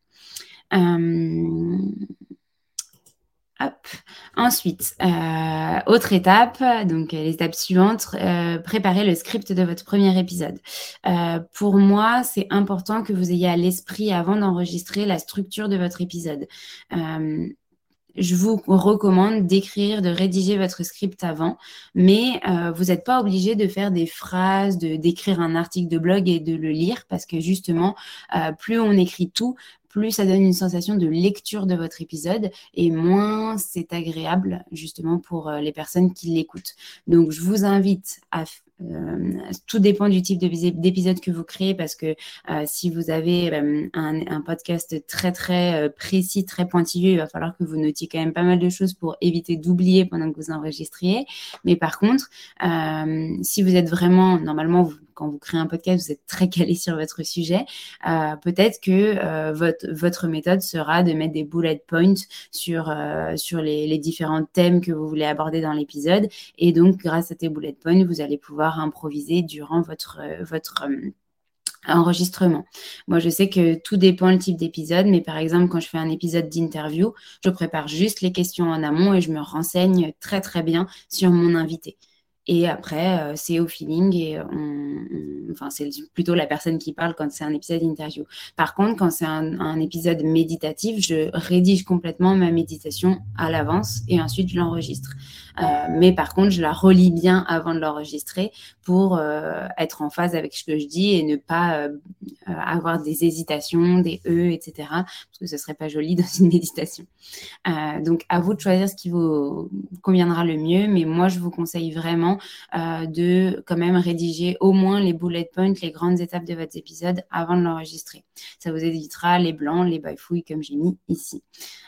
Euh... Hop. Ensuite, euh, autre étape, donc les étapes suivantes, euh, préparez le script de votre premier épisode. Euh, pour moi, c'est important que vous ayez à l'esprit, avant d'enregistrer, la structure de votre épisode. Euh, je vous recommande d'écrire, de rédiger votre script avant, mais euh, vous n'êtes pas obligé de faire des phrases, de, d'écrire un article de blog et de le lire, parce que justement, euh, plus on écrit tout, plus ça donne une sensation de lecture de votre épisode et moins c'est agréable justement pour euh, les personnes qui l'écoutent. Donc, je vous invite à... Euh, tout dépend du type d'épisode que vous créez parce que euh, si vous avez euh, un, un podcast très très euh, précis, très pointilleux, il va falloir que vous notiez quand même pas mal de choses pour éviter d'oublier pendant que vous enregistriez. Mais par contre, euh, si vous êtes vraiment, normalement, vous, quand vous créez un podcast, vous êtes très calé sur votre sujet, euh, peut-être que euh, votre, votre méthode sera de mettre des bullet points sur, euh, sur les, les différents thèmes que vous voulez aborder dans l'épisode. Et donc, grâce à tes bullet points, vous allez pouvoir improviser durant votre, euh, votre euh, enregistrement. Moi, je sais que tout dépend le type d'épisode, mais par exemple, quand je fais un épisode d'interview, je prépare juste les questions en amont et je me renseigne très, très bien sur mon invité. Et après, euh, c'est au feeling et on, on, enfin, c'est plutôt la personne qui parle quand c'est un épisode d'interview. Par contre, quand c'est un, un épisode méditatif, je rédige complètement ma méditation à l'avance et ensuite je l'enregistre. Euh, mais par contre, je la relis bien avant de l'enregistrer pour euh, être en phase avec ce que je dis et ne pas euh, avoir des hésitations, des E, et cetera. Parce que ce ne serait pas joli dans une méditation. Euh, donc, à vous de choisir ce qui vous conviendra le mieux. Mais moi, je vous conseille vraiment euh, de quand même rédiger au moins les bullet points, les grandes étapes de votre épisode avant de l'enregistrer. Ça vous évitera les blancs, les bafouilles comme j'ai mis ici.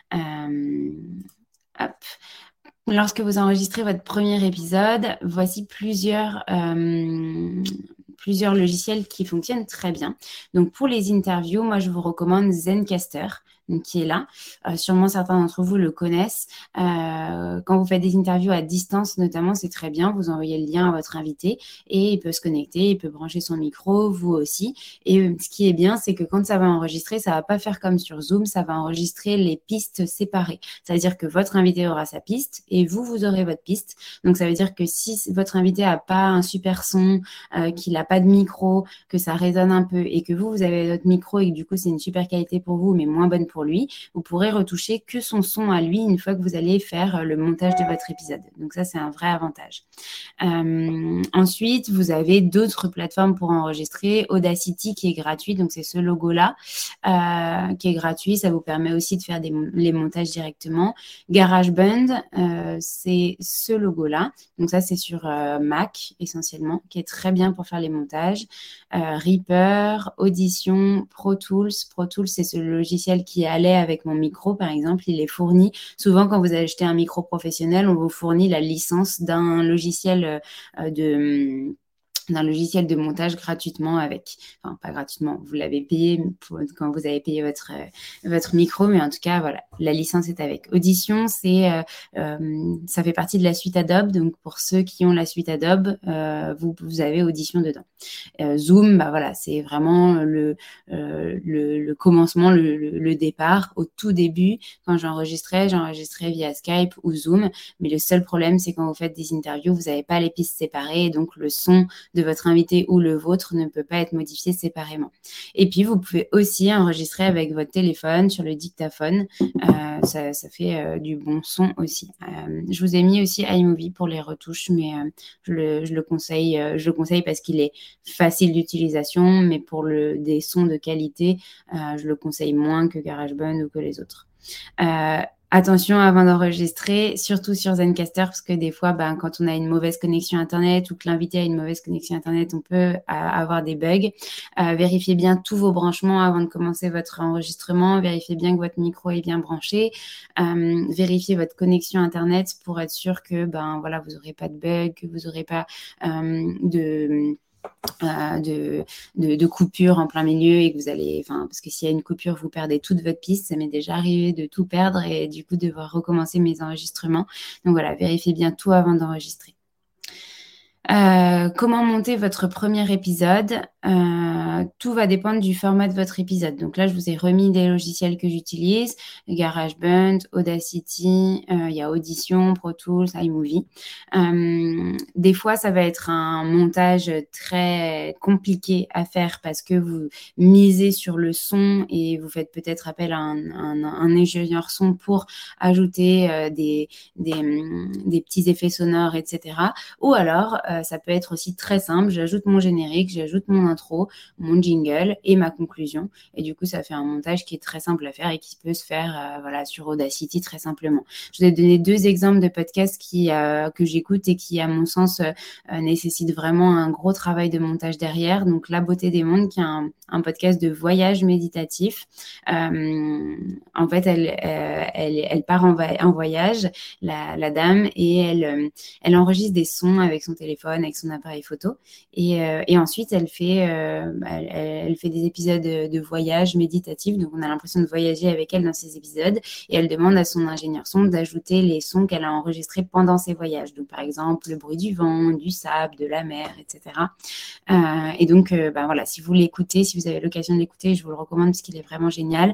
Euh, hop. Lorsque vous enregistrez votre premier épisode, voici plusieurs, euh, plusieurs logiciels qui fonctionnent très bien. Donc, pour les interviews, moi, je vous recommande Zencastr, donc, qui est là. Euh, sûrement, certains d'entre vous le connaissent. Euh, quand vous faites des interviews à distance, notamment, c'est très bien. Vous envoyez le lien à votre invité et il peut se connecter, il peut brancher son micro, vous aussi. Et ce qui est bien, c'est que quand ça va enregistrer, ça ne va pas faire comme sur Zoom, ça va enregistrer les pistes séparées. C'est-à-dire que votre invité aura sa piste et vous, vous aurez votre piste. Donc, ça veut dire que si votre invité n'a pas un super son, euh, qu'il n'a pas de micro, que ça résonne un peu et que vous, vous avez votre micro et que du coup, c'est une super qualité pour vous, mais moins bonne pour lui, vous pourrez retoucher que son son à lui une fois que vous allez faire le montage de votre épisode. Donc, ça, c'est un vrai avantage. Euh, ensuite, vous avez d'autres plateformes pour enregistrer. Audacity qui est gratuit, donc c'est ce logo-là euh, qui est gratuit. Ça vous permet aussi de faire des, les montages directement. GarageBand, euh, c'est ce logo-là. Donc ça, c'est sur euh, Mac essentiellement, qui est très bien pour faire les montages. Euh, Reaper, Audition, Pro Tools. Pro Tools, c'est ce logiciel qui allait avec mon micro, par exemple. Il est fourni. Souvent, quand vous achetez un micro professionnel, on vous fournit la licence d'un logiciel euh, de... d'un logiciel de montage gratuitement avec, enfin pas gratuitement, vous l'avez payé pour, quand vous avez payé votre, euh, votre micro, mais en tout cas, voilà, la licence est avec. Audition, c'est, euh, euh, ça fait partie de la suite Adobe, donc pour ceux qui ont la suite Adobe, euh, vous, vous avez Audition dedans. Euh, Zoom, bah voilà, c'est vraiment le, euh, le, le commencement, le, le, le départ. Au tout début, quand j'enregistrais, j'enregistrais via Skype ou Zoom, mais le seul problème, c'est quand vous faites des interviews, vous n'avez pas les pistes séparées, et donc le son de votre invité ou le vôtre ne peut pas être modifié séparément. Et puis, vous pouvez aussi enregistrer avec votre téléphone sur le dictaphone. Euh, ça, ça fait euh, du bon son aussi. Euh, je vous ai mis aussi iMovie pour les retouches, mais euh, je, le, je, le conseille, euh, je le conseille parce qu'il est facile d'utilisation, mais pour le, des sons de qualité, euh, je le conseille moins que GarageBand ou que les autres. Euh, Attention avant d'enregistrer, surtout sur Zencastr, parce que des fois, ben, quand on a une mauvaise connexion Internet ou que l'invité a une mauvaise connexion Internet, on peut euh, avoir des bugs. Euh, vérifiez bien tous vos branchements avant de commencer votre enregistrement. Vérifiez bien que votre micro est bien branché. Euh, vérifiez votre connexion Internet pour être sûr que ben, voilà, vous n'aurez pas de bugs, que vous n'aurez pas euh, de... Euh, de, de, de coupure en plein milieu et que vous allez, enfin, parce que s'il y a une coupure, vous perdez toute votre piste. Ça m'est déjà arrivé de tout perdre et du coup devoir recommencer mes enregistrements. Donc voilà, vérifiez bien tout avant d'enregistrer. Euh, comment monter votre premier épisode? Euh, tout va dépendre du format de votre épisode. Donc là, je vous ai remis des logiciels que j'utilise, GarageBand, Audacity, euh, il y a Audition, Pro Tools, iMovie. Euh, des fois, ça va être un montage très compliqué à faire parce que vous misez sur le son et vous faites peut-être appel à un, un, un ingénieur son pour ajouter euh, des, des, des petits effets sonores, et cetera. Ou alors, euh, ça peut être aussi très simple. J'ajoute mon générique, j'ajoute mon intro, mon jingle et ma conclusion. Et du coup, ça fait un montage qui est très simple à faire et qui peut se faire euh, voilà, sur Audacity très simplement. Je vous ai donné deux exemples de podcasts qui, euh, que j'écoute et qui, à mon sens, euh, nécessitent vraiment un gros travail de montage derrière. Donc, La Beauté des Mondes, qui est un, un podcast de voyage méditatif. Euh, en fait, elle, euh, elle, elle part en, va- en voyage, la, la dame, et elle, euh, elle enregistre des sons avec son téléphone, avec son appareil photo. Et, euh, et ensuite, elle fait, euh, elle, elle fait des épisodes de, de voyage méditatif. Donc, on a l'impression de voyager avec elle dans ces épisodes. Et elle demande à son ingénieur son d'ajouter les sons qu'elle a enregistrés pendant ses voyages. Donc, par exemple, le bruit du vent, du sable, de la mer, et cetera. Euh, et donc, euh, bah, voilà, si vous l'écoutez, si vous avez l'occasion de l'écouter, je vous le recommande parce qu'il est vraiment génial.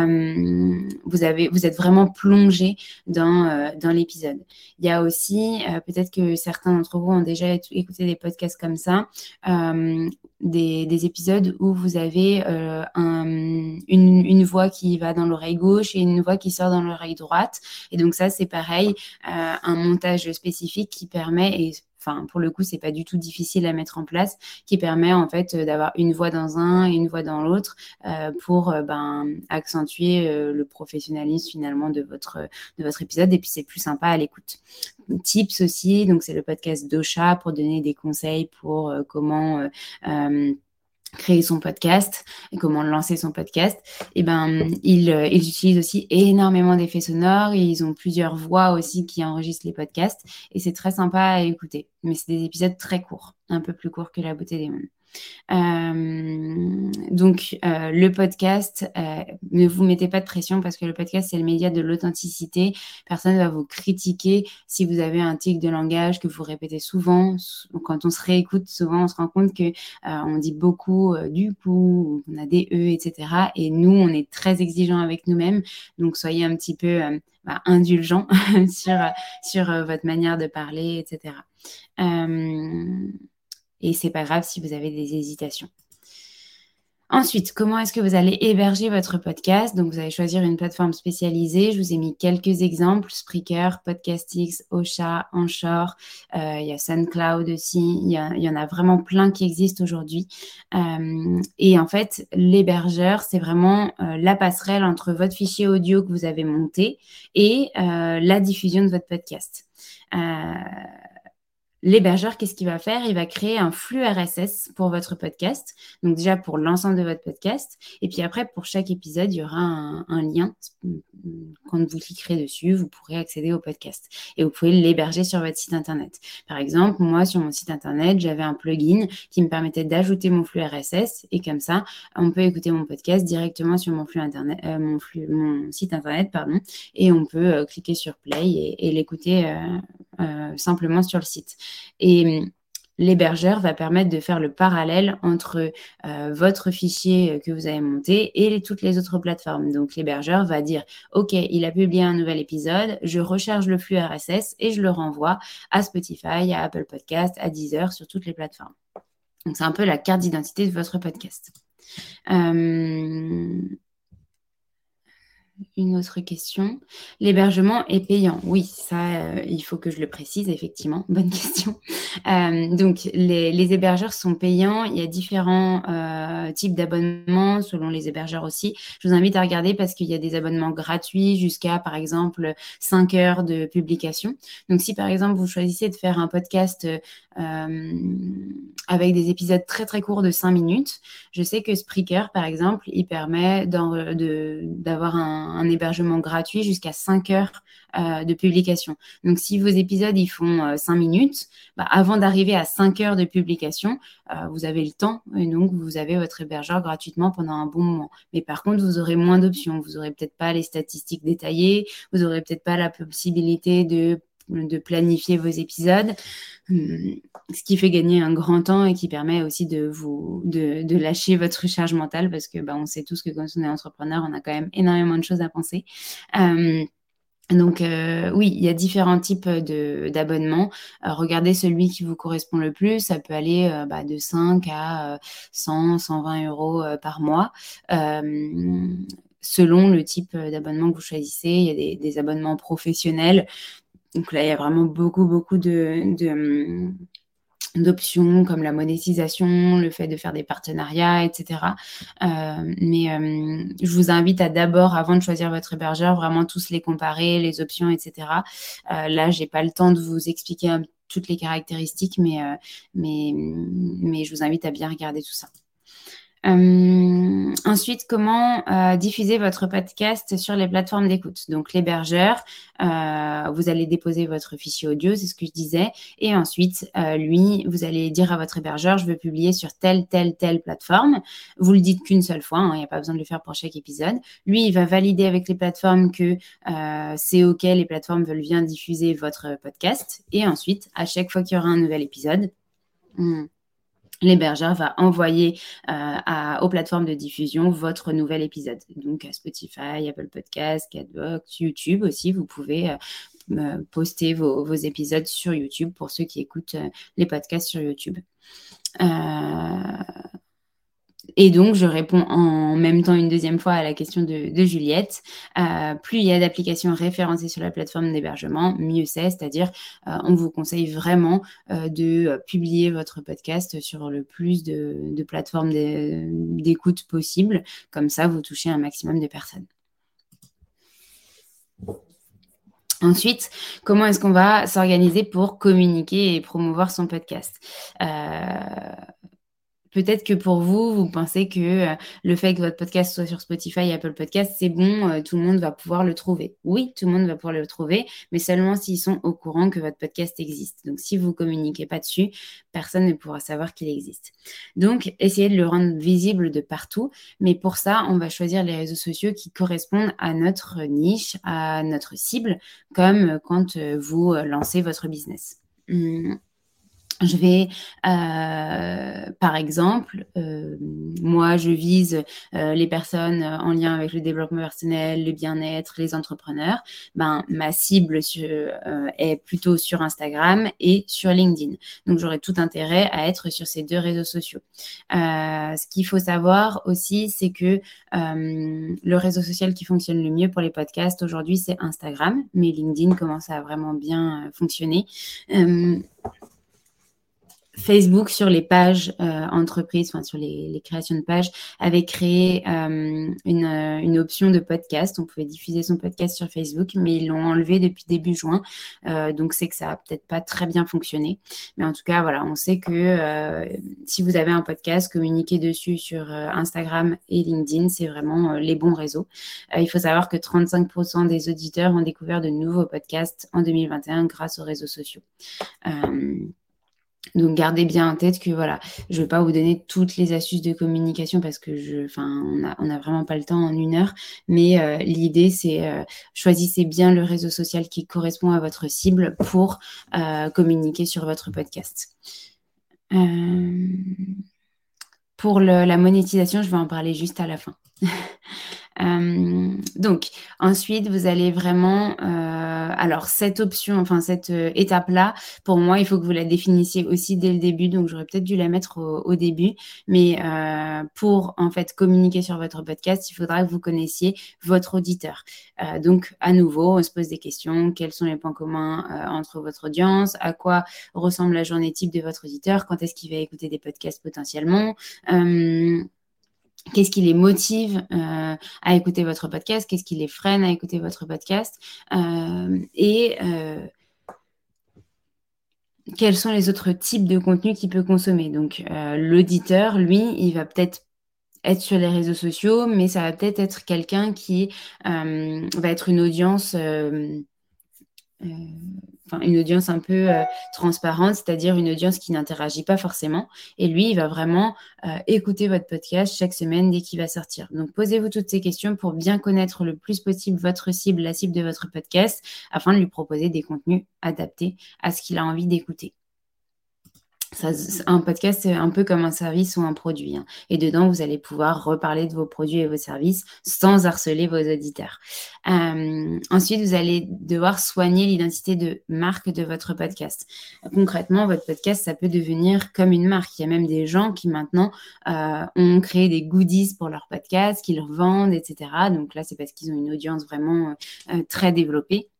Euh, vous, avez, vous êtes vraiment plongé dans, euh, dans l'épisode. Il y a aussi, euh, peut-être que certains d'entre vous ont déjà écouté des podcasts comme ça, euh, des, des épisodes où vous avez euh, un, une, une voix qui va dans l'oreille gauche et une voix qui sort dans l'oreille droite. Et donc ça, c'est pareil, euh, un montage spécifique qui permet, et enfin, pour le coup, c'est pas du tout difficile à mettre en place, qui permet en fait d'avoir une voix dans un et une voix dans l'autre euh, pour euh, ben, accentuer euh, le professionnalisme finalement de votre, de votre épisode. Et puis, c'est plus sympa à l'écoute. Tips aussi, donc c'est le podcast d'Ocha pour donner des conseils pour euh, comment... Euh, euh, créer son podcast et comment lancer son podcast. Et ben ils, euh, ils utilisent aussi énormément d'effets sonores et ils ont plusieurs voix aussi qui enregistrent les podcasts et c'est très sympa à écouter. Mais c'est des épisodes très courts, un peu plus courts que La Beauté des Mondes. Euh, donc euh, le podcast, euh, ne vous mettez pas de pression parce que le podcast c'est le média de l'authenticité. Personne ne va vous critiquer si vous avez un tic de langage que vous répétez souvent. Quand on se réécoute souvent on se rend compte que euh, on dit beaucoup euh, du coup, on a des e, et cetera. Et nous on est très exigeants avec nous-mêmes, donc soyez un petit peu euh, bah, indulgents sur, sur euh, votre manière de parler, et cetera. Euh, Et c'est pas grave si vous avez des hésitations. Ensuite, comment est-ce que vous allez héberger votre podcast? Donc, vous allez choisir une plateforme spécialisée. Je vous ai mis quelques exemples. Spreaker, Podcastix, Ocha, Anchor. Euh, il y a SoundCloud aussi. Il y, a, il y en a vraiment plein qui existent aujourd'hui. Euh, et en fait, l'hébergeur, c'est vraiment euh, la passerelle entre votre fichier audio que vous avez monté et euh, la diffusion de votre podcast. Euh, L'hébergeur, qu'est-ce qu'il va faire? Il va créer un flux R S S pour votre podcast. Donc déjà pour l'ensemble de votre podcast. Et puis après, pour chaque épisode, il y aura un, un lien. Quand vous cliquerez dessus, vous pourrez accéder au podcast. Et vous pouvez l'héberger sur votre site Internet. Par exemple, moi, sur mon site Internet, j'avais un plugin qui me permettait d'ajouter mon flux R S S. Et comme ça, on peut écouter mon podcast directement sur mon flux Internet, euh, mon, flux, mon site Internet, pardon. Et on peut euh, cliquer sur Play et, et l'écouter euh, euh, simplement sur le site. Et l'hébergeur va permettre de faire le parallèle entre euh, votre fichier que vous avez monté et les, toutes les autres plateformes. Donc, l'hébergeur va dire « Ok, il a publié un nouvel épisode, je recharge le flux R S S et je le renvoie à Spotify, à Apple Podcast, à Deezer, sur toutes les plateformes. » Donc, c'est un peu la carte d'identité de votre podcast. Euh... Une autre question. L'hébergement est payant. Oui, ça, euh, il faut que je le précise, effectivement. Bonne question. Euh, donc, les, les hébergeurs sont payants. Il y a différents euh, types d'abonnements selon les hébergeurs aussi. Je vous invite à regarder parce qu'il y a des abonnements gratuits jusqu'à, par exemple, cinq heures de publication. Donc, si, par exemple, vous choisissez de faire un podcast euh, avec des épisodes très, très courts de cinq minutes, je sais que Spreaker, par exemple, il permet de, d'avoir un un hébergement gratuit jusqu'à cinq heures euh, de publication. Donc, si vos épisodes, ils font euh, cinq minutes, bah, avant d'arriver à cinq heures de publication, euh, vous avez le temps et donc vous avez votre hébergeur gratuitement pendant un bon moment. Mais par contre, vous aurez moins d'options. Vous n'aurez peut-être pas les statistiques détaillées, vous n'aurez peut-être pas la possibilité de de planifier vos épisodes, ce qui fait gagner un grand temps et qui permet aussi de vous de, de lâcher votre charge mentale parce que bah, on sait tous que quand on est entrepreneur, on a quand même énormément de choses à penser. Euh, Donc euh, oui, il y a différents types de, d'abonnements. Euh, regardez celui qui vous correspond le plus. Ça peut aller euh, bah, de cinq à euh, cent, cent vingt euros euh, par mois. Euh, selon le type d'abonnement que vous choisissez, il y a des, des abonnements professionnels. Donc là, il y a vraiment beaucoup, beaucoup de, de, d'options comme la monétisation, le fait de faire des partenariats, et cetera. Euh, mais euh, je vous invite à d'abord, avant de choisir votre hébergeur, vraiment tous les comparer, les options, et cetera. Euh, là, j'ai pas le temps de vous expliquer un, toutes les caractéristiques, mais, euh, mais, mais je vous invite à bien regarder tout ça. Euh, ensuite, comment euh, diffuser votre podcast sur les plateformes d'écoute. Donc, l'hébergeur, euh, vous allez déposer votre fichier audio, c'est ce que je disais. Et ensuite, euh, lui, vous allez dire à votre hébergeur, je veux publier sur telle, telle, telle plateforme. Vous le dites qu'une seule fois, il hein, n'y a pas besoin de le faire pour chaque épisode. Lui, il va valider avec les plateformes que euh, c'est OK, les plateformes veulent bien diffuser votre podcast. Et ensuite, à chaque fois qu'il y aura un nouvel épisode, hmm, l'hébergeur va envoyer euh, à, aux plateformes de diffusion votre nouvel épisode. Donc, à Spotify, Apple Podcasts, Catbox, YouTube aussi, vous pouvez euh, poster vos, vos épisodes sur YouTube pour ceux qui écoutent euh, les podcasts sur YouTube. Euh... Et donc, je réponds en même temps une deuxième fois à la question de, de Juliette. Euh, plus il y a d'applications référencées sur la plateforme d'hébergement, mieux c'est. C'est-à-dire, euh, on vous conseille vraiment euh, de publier votre podcast sur le plus de, de plateformes de, d'écoute possible. Comme ça, vous touchez un maximum de personnes. Ensuite, comment est-ce qu'on va s'organiser pour communiquer et promouvoir son podcast ? euh, Peut-être que pour vous, vous pensez que euh, le fait que votre podcast soit sur Spotify et Apple Podcasts, c'est bon, euh, tout le monde va pouvoir le trouver. Oui, tout le monde va pouvoir le trouver, mais seulement s'ils sont au courant que votre podcast existe. Donc, si vous ne communiquez pas dessus, personne ne pourra savoir qu'il existe. Donc, essayez de le rendre visible de partout. Mais pour ça, on va choisir les réseaux sociaux qui correspondent à notre niche, à notre cible, comme quand euh, vous lancez votre business. Hum. Je vais, euh, par exemple, euh, moi, je vise euh, les personnes en lien avec le développement personnel, le bien-être, les entrepreneurs. Ben, ma cible sur, euh, est plutôt sur Instagram et sur LinkedIn. Donc, j'aurai tout intérêt à être sur ces deux réseaux sociaux. Euh, ce qu'il faut savoir aussi, c'est que euh, le réseau social qui fonctionne le mieux pour les podcasts aujourd'hui, c'est Instagram, mais LinkedIn commence à vraiment bien euh, fonctionner. Euh, Facebook, sur les pages euh, entreprises, enfin sur les, les créations de pages, avait créé euh, une, euh, une option de podcast. On pouvait diffuser son podcast sur Facebook, mais ils l'ont enlevé depuis début juin. Euh, donc, c'est que ça n'a peut-être pas très bien fonctionné. Mais en tout cas, voilà, on sait que euh, si vous avez un podcast, communiquez dessus sur euh, Instagram et LinkedIn. C'est vraiment euh, les bons réseaux. Euh, il faut savoir que trente-cinq pour cent des auditeurs ont découvert de nouveaux podcasts en deux mille vingt et un grâce aux réseaux sociaux. Euh, Donc, gardez bien en tête que voilà, je ne vais pas vous donner toutes les astuces de communication parce que je, enfin, on a, on a vraiment pas le temps en une heure. Mais euh, l'idée, c'est euh, choisissez bien le réseau social qui correspond à votre cible pour euh, communiquer sur votre podcast. Euh, pour le, la monétisation, je vais en parler juste à la fin. Euh, donc, ensuite, vous allez vraiment... Euh, alors, cette option, enfin, cette euh, étape-là, pour moi, il faut que vous la définissiez aussi dès le début. Donc, j'aurais peut-être dû la mettre au, au début. Mais euh, pour, en fait, communiquer sur votre podcast, il faudra que vous connaissiez votre auditeur. Euh, donc, à nouveau, on se pose des questions. Quels sont les points communs euh, entre votre audience? À quoi ressemble la journée type de votre auditeur? Quand est-ce qu'il va écouter des podcasts potentiellement? euh, Qu'est-ce qui les motive euh, à écouter votre podcast? Qu'est-ce qui les freine à écouter votre podcast? euh, Et euh, quels sont les autres types de contenus qu'il peut consommer? Donc, euh, l'auditeur, lui, il va peut-être être sur les réseaux sociaux, mais ça va peut-être être quelqu'un qui euh, va être une audience... Euh, euh, enfin, une audience un peu euh, transparente, c'est-à-dire une audience qui n'interagit pas forcément. Et lui, il va vraiment euh, écouter votre podcast chaque semaine dès qu'il va sortir. Donc, posez-vous toutes ces questions pour bien connaître le plus possible votre cible, la cible de votre podcast, afin de lui proposer des contenus adaptés à ce qu'il a envie d'écouter. Ça, un podcast, c'est un peu comme un service ou un produit. Hein. Et dedans, vous allez pouvoir reparler de vos produits et vos services sans harceler vos auditeurs. Euh, ensuite, vous allez devoir soigner l'identité de marque de votre podcast. Concrètement, votre podcast, ça peut devenir comme une marque. Il y a même des gens qui maintenant euh, ont créé des goodies pour leur podcast, qui leur vendent, et cetera. Donc là, c'est parce qu'ils ont une audience vraiment euh, très développée.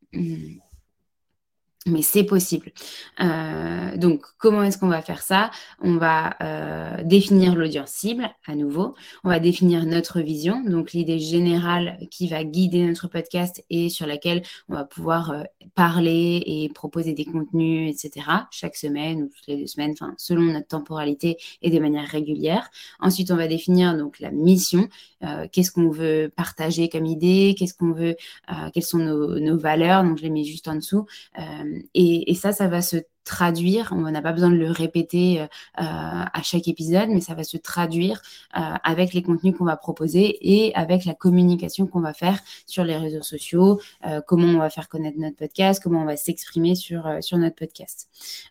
Mais c'est possible. Euh, donc, comment est-ce qu'on va faire ça? On va euh, définir l'audience cible, à nouveau. On va définir notre vision, donc l'idée générale qui va guider notre podcast et sur laquelle on va pouvoir euh, parler et proposer des contenus, et cetera, chaque semaine ou toutes les deux semaines, enfin, selon notre temporalité et de manière régulière. Ensuite, on va définir donc la mission. Euh, qu'est-ce qu'on veut partager comme idée? Qu'est-ce qu'on veut? Euh, quelles sont nos, nos valeurs? Donc, je les mets juste en dessous. Euh, Et, et ça, ça va se traduire, on n'a pas besoin de le répéter euh, à chaque épisode, mais ça va se traduire euh, avec les contenus qu'on va proposer et avec la communication qu'on va faire sur les réseaux sociaux, euh, comment on va faire connaître notre podcast, comment on va s'exprimer sur, euh, sur notre podcast.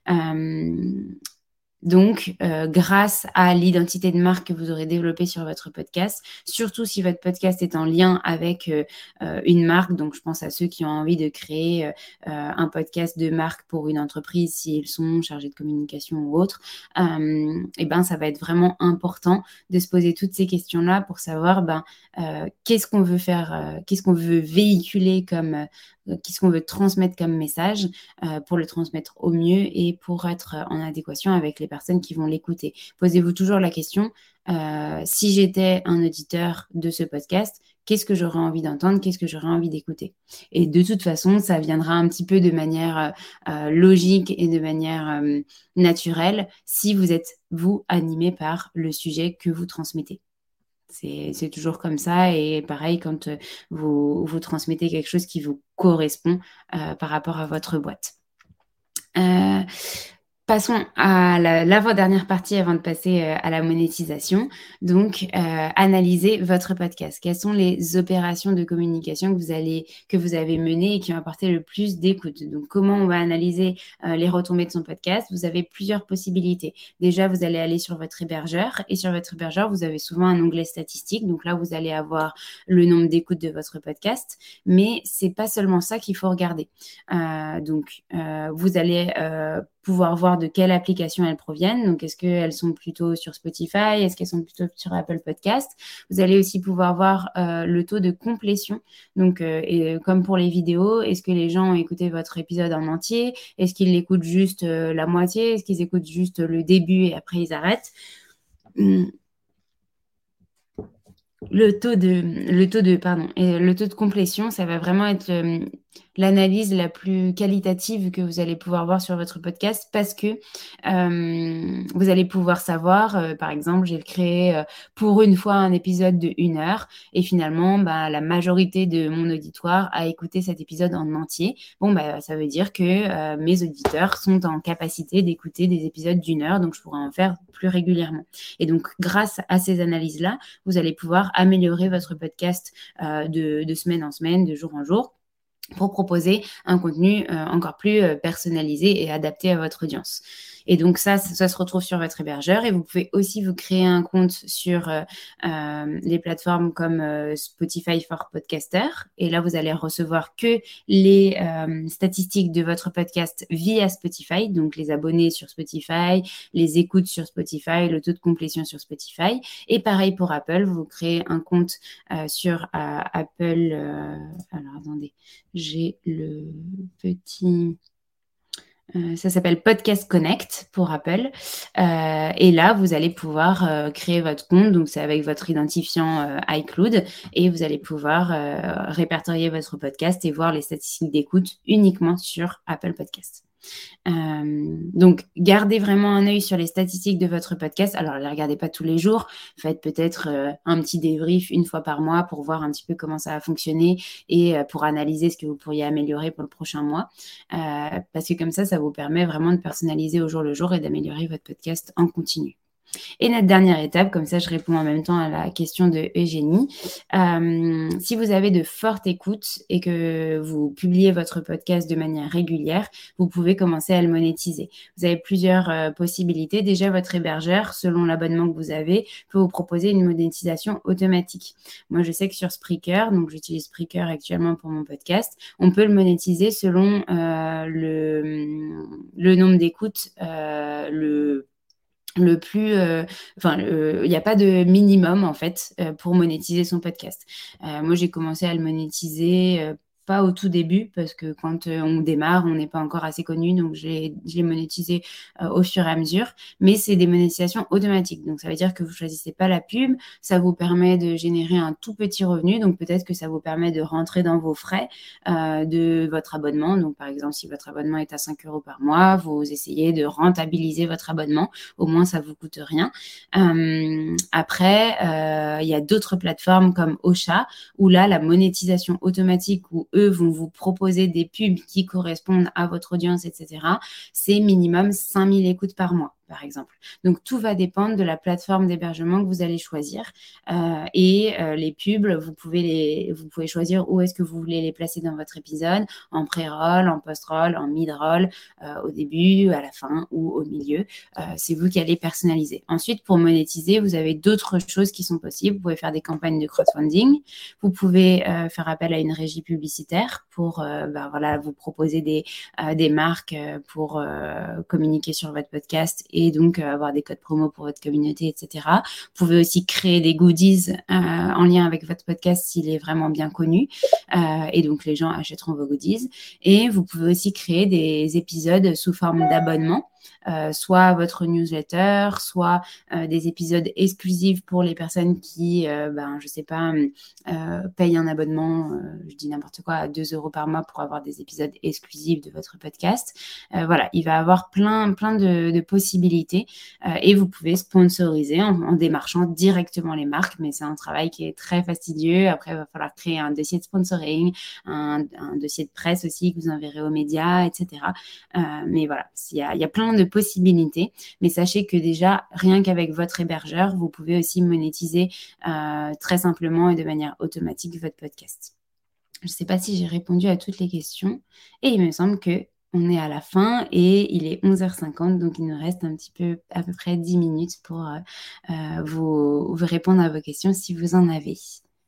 Euh, Donc, euh, grâce à l'identité de marque que vous aurez développée sur votre podcast, surtout si votre podcast est en lien avec euh, euh, une marque, donc je pense à ceux qui ont envie de créer euh, un podcast de marque pour une entreprise, s'ils sont chargés de communication ou autre, euh, et ben ça va être vraiment important de se poser toutes ces questions-là pour savoir ben, euh, qu'est-ce qu'on veut faire, euh, qu'est-ce qu'on veut véhiculer comme... Euh, qu'est-ce qu'on veut transmettre comme message euh, pour le transmettre au mieux et pour être en adéquation avec les personnes qui vont l'écouter. Posez-vous toujours la question, euh, si j'étais un auditeur de ce podcast, qu'est-ce que j'aurais envie d'entendre, qu'est-ce que j'aurais envie d'écouter? Et de toute façon, ça viendra un petit peu de manière euh, logique et de manière euh, naturelle si vous êtes, vous, animé par le sujet que vous transmettez. C'est, c'est toujours comme ça. Et pareil, quand euh, vous, vous transmettez quelque chose qui vous correspond euh, par rapport à votre boîte. Euh, Passons à la, l'avant-dernière partie avant de passer euh, à la monétisation. Donc, euh, analysez votre podcast. Quelles sont les opérations de communication que vous allez, que vous avez menées et qui ont apporté le plus d'écoute? Donc, comment on va analyser euh, les retombées de son podcast? Vous avez plusieurs possibilités. Déjà, vous allez aller sur votre hébergeur et sur votre hébergeur, vous avez souvent un onglet statistique. Donc là, vous allez avoir le nombre d'écoutes de votre podcast, mais c'est pas seulement ça qu'il faut regarder. Euh, donc, euh, vous allez euh, pouvoir voir de quelle application elles proviennent. Donc, est-ce qu'elles sont plutôt sur Spotify? Est-ce qu'elles sont plutôt sur Apple Podcast? Vous allez aussi pouvoir voir euh, le taux de complétion. Donc, euh, et, comme pour les vidéos, est-ce que les gens ont écouté votre épisode en entier? Est-ce qu'ils l'écoutent juste euh, la moitié? Est-ce qu'ils écoutent juste le début et après ils arrêtent? Hum. Le taux de, le taux de, pardon, et le taux de complétion, ça va vraiment être euh, l'analyse la plus qualitative que vous allez pouvoir voir sur votre podcast parce que euh, vous allez pouvoir savoir, euh, par exemple, j'ai créé euh, pour une fois un épisode de une heure et finalement, bah, la majorité de mon auditoire a écouté cet épisode en entier. Bon, bah, ça veut dire que euh, mes auditeurs sont en capacité d'écouter des épisodes d'une heure, donc je pourrais en faire plus régulièrement. Et donc, grâce à ces analyses-là, vous allez pouvoir améliorer votre podcast euh, de, de semaine en semaine, de jour en jour, pour proposer un contenu euh, encore plus euh, personnalisé et adapté à votre audience. Et donc ça, ça, ça se retrouve sur votre hébergeur et vous pouvez aussi vous créer un compte sur euh, euh, les plateformes comme euh, Spotify for Podcasters. Et là, vous allez recevoir que les euh, statistiques de votre podcast via Spotify, donc les abonnés sur Spotify, les écoutes sur Spotify, le taux de complétion sur Spotify. Et pareil pour Apple, vous créez un compte euh, sur euh, Apple. Euh, alors, attendez, j'ai le petit... Euh, ça s'appelle Podcast Connect pour Apple. Euh, et là, vous allez pouvoir euh, créer votre compte. Donc, c'est avec votre identifiant euh, iCloud. Et vous allez pouvoir euh, répertorier votre podcast et voir les statistiques d'écoute uniquement sur Apple Podcast. Euh, donc, gardez vraiment un œil sur les statistiques de votre podcast. Alors, ne les regardez pas tous les jours. Faites peut-être euh, un petit débrief une fois par mois pour voir un petit peu comment ça a fonctionné et euh, pour analyser ce que vous pourriez améliorer pour le prochain mois. Euh, parce que comme ça, ça vous permet vraiment de personnaliser au jour le jour et d'améliorer votre podcast en continu. Et notre dernière étape, comme ça je réponds en même temps à la question de Eugénie, euh, si vous avez de fortes écoutes et que vous publiez votre podcast de manière régulière, vous pouvez commencer à le monétiser. Vous avez plusieurs euh, possibilités. Déjà, votre hébergeur, selon l'abonnement que vous avez, peut vous proposer une monétisation automatique. Moi, je sais que sur Spreaker, donc j'utilise Spreaker actuellement pour mon podcast, on peut le monétiser selon euh, le, le nombre d'écoutes, euh, le le plus, euh, enfin, il n'y a pas de minimum en fait euh, pour monétiser son podcast. Euh, moi, j'ai commencé à le monétiser euh, pas au tout début parce que quand euh, on démarre, on n'est pas encore assez connu, donc je l'ai monétisé euh, au fur et à mesure. Mais c'est des monétisations automatiques, donc ça veut dire que vous choisissez pas la pub, ça vous permet de générer un tout petit revenu, donc peut-être que ça vous permet de rentrer dans vos frais euh, de votre abonnement. Donc par exemple, si votre abonnement est à cinq euros par mois, vous essayez de rentabiliser votre abonnement. Au moins, ça vous coûte rien. Euh, après, il euh, y a d'autres plateformes comme Ocha, où là, la monétisation automatique, où eux vont vous proposer des pubs qui correspondent à votre audience, et cetera, c'est minimum cinq mille écoutes par mois, par exemple. Donc, tout va dépendre de la plateforme d'hébergement que vous allez choisir. Euh, et euh, les pubs, vous pouvez, les, vous pouvez choisir où est-ce que vous voulez les placer dans votre épisode, en pré-roll, en post-roll, en mid-roll, euh, au début, à la fin ou au milieu. Euh, c'est vous qui allez personnaliser. Ensuite, pour monétiser, vous avez d'autres choses qui sont possibles. Vous pouvez faire des campagnes de crowdfunding. Vous pouvez euh, faire appel à une régie publicitaire pour euh, ben, voilà, vous proposer des, euh, des marques pour euh, communiquer sur votre podcast et donc euh, avoir des codes promo pour votre communauté, et cetera. Vous pouvez aussi créer des goodies euh, en lien avec votre podcast s'il est vraiment bien connu euh, et donc les gens achèteront vos goodies. Et vous pouvez aussi créer des épisodes sous forme d'abonnement. Euh, soit votre newsletter, soit euh, des épisodes exclusifs pour les personnes qui, euh, ben, je sais pas, euh, payent un abonnement, euh, je dis n'importe quoi, à deux euros par mois pour avoir des épisodes exclusifs de votre podcast. Euh, voilà, il va avoir plein, plein de, de possibilités euh, et vous pouvez sponsoriser en, en démarchant directement les marques, mais c'est un travail qui est très fastidieux. Après, il va falloir créer un dossier de sponsoring, un, un dossier de presse aussi que vous enverrez aux médias, et cetera. Euh, mais voilà, il y a, il y a plein de possibilités, mais sachez que déjà, rien qu'avec votre hébergeur, vous pouvez aussi monétiser euh, très simplement et de manière automatique votre podcast. Je ne sais pas si j'ai répondu à toutes les questions et il me semble que on est à la fin et il est onze heures cinquante, donc il nous reste un petit peu, à peu près dix minutes pour euh, euh, vous, vous répondre à vos questions si vous en avez.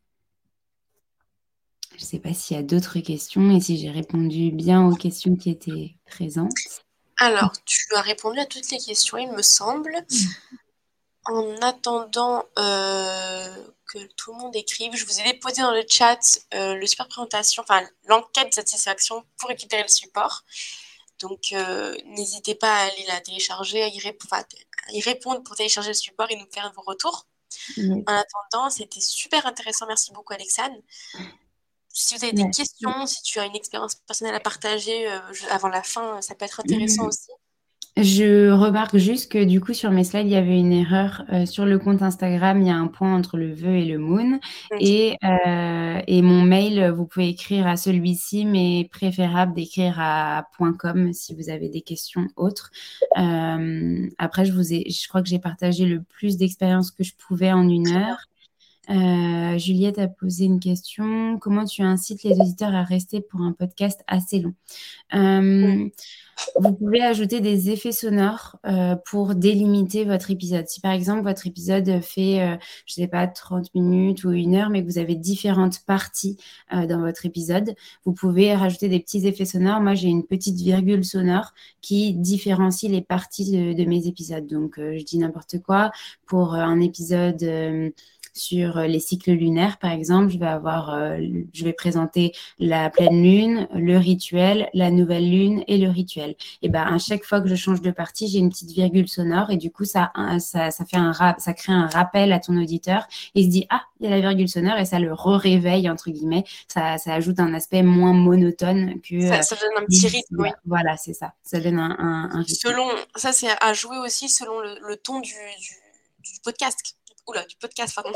Je ne sais pas s'il y a d'autres questions et si j'ai répondu bien aux questions qui étaient présentes. Alors, tu as répondu à toutes les questions, il me semble. En attendant euh, que tout le monde écrive, je vous ai déposé dans le chat euh, le support présentation, enfin l'enquête de satisfaction pour récupérer le support. Donc, euh, n'hésitez pas à aller la télécharger, à y, rép- enfin, à y répondre pour télécharger le support et nous faire vos retours. Oui. En attendant, c'était super intéressant. Merci beaucoup, Alexane. Si vous avez des Merci. questions, si tu as une expérience personnelle à partager euh, avant la fin, ça peut être intéressant mmh. aussi. Je remarque juste que du coup sur mes slides il y avait une erreur euh, sur le compte Instagram, il y a un point entre le vœu et le moon okay. et, euh, et mon mail vous pouvez écrire à celui-ci mais préférable d'écrire à .com si vous avez des questions autres. Euh, après je vous ai, je crois que j'ai partagé le plus d'expériences que je pouvais en une heure. Euh, Juliette a posé une question. Comment tu incites les auditeurs à rester pour un podcast assez long? euh, Vous pouvez ajouter des effets sonores euh, pour délimiter votre épisode. Si par exemple votre épisode fait, euh, je sais pas, trente minutes ou une heure, mais que vous avez différentes parties euh, dans votre épisode, vous pouvez rajouter des petits effets sonores. Moi, j'ai une petite virgule sonore qui différencie les parties de, de mes épisodes. Donc, euh, je dis n'importe quoi. Pour euh, un épisode... Euh, sur euh, les cycles lunaires, par exemple, je vais avoir, euh, je vais présenter la pleine lune, le rituel, la nouvelle lune et le rituel. Et ben à chaque fois que je change de partie, j'ai une petite virgule sonore et du coup ça, ça, ça fait un rap, ça crée un rappel à ton auditeur. Et il se dit ah il y a la virgule sonore et ça le réveille entre guillemets. Ça, ça ajoute un aspect moins monotone que. Ça, ça donne un petit rythme, oui. Voilà, c'est ça. Ça donne un, un, un rythme. Selon, ça c'est à jouer aussi selon le, le ton du, du, du podcast. Oula, du podcast, pardon.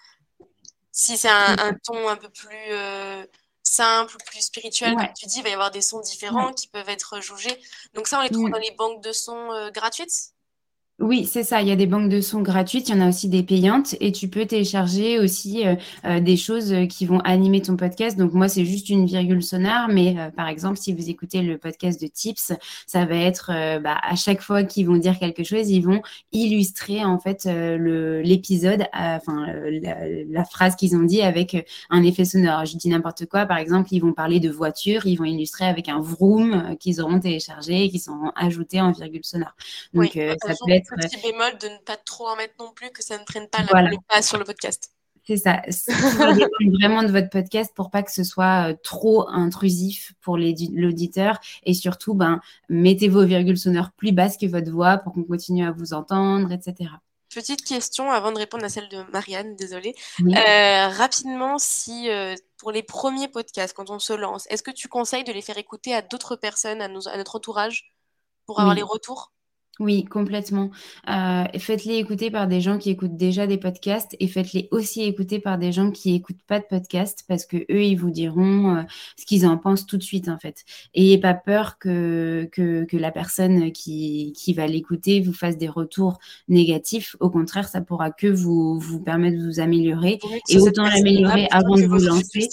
Si c'est un, un ton un peu plus euh, simple, plus spirituel, ouais. Comme tu dis, il va y avoir des sons différents ouais. Qui peuvent être jaugés. Donc ça, on les trouve mmh. dans les banques de sons euh, gratuites ? Oui, c'est ça. Il y a des banques de sons gratuites, il y en a aussi des payantes et tu peux télécharger aussi euh, euh, des choses qui vont animer ton podcast. Donc moi, c'est juste une virgule sonore, mais euh, par exemple, si vous écoutez le podcast de Tips, ça va être euh, bah, à chaque fois qu'ils vont dire quelque chose, ils vont illustrer en fait euh, le, l'épisode, enfin euh, la, la phrase qu'ils ont dit avec un effet sonore. Je dis n'importe quoi. Par exemple, ils vont parler de voiture, ils vont illustrer avec un vroom euh, qu'ils auront téléchargé et qui sont ajoutés en virgule sonore. Donc oui, euh, ça peut être petit bémol de ne pas trop en mettre non plus, que ça ne prenne pas voilà. Le pas sur le podcast. C'est ça. Ça dépend vraiment de votre podcast pour pas que ce soit trop intrusif pour l'auditeur. Et surtout, ben, mettez vos virgules sonores plus basses que votre voix pour qu'on continue à vous entendre, et cetera. Petite question avant de répondre à celle de Marianne, désolée. Oui. Euh, rapidement, si euh, pour les premiers podcasts, quand on se lance, est-ce que tu conseilles de les faire écouter à d'autres personnes, à, nos, à notre entourage, pour avoir oui. les retours ? Oui, complètement. Euh, faites-les écouter par des gens qui écoutent déjà des podcasts et faites-les aussi écouter par des gens qui écoutent pas de podcasts parce que eux, ils vous diront euh, ce qu'ils en pensent tout de suite, en fait. Ayez pas peur que, que, que la personne qui, qui va l'écouter vous fasse des retours négatifs. Au contraire, ça pourra que vous, vous permettre de vous améliorer et autant l'améliorer avant de vous lancer.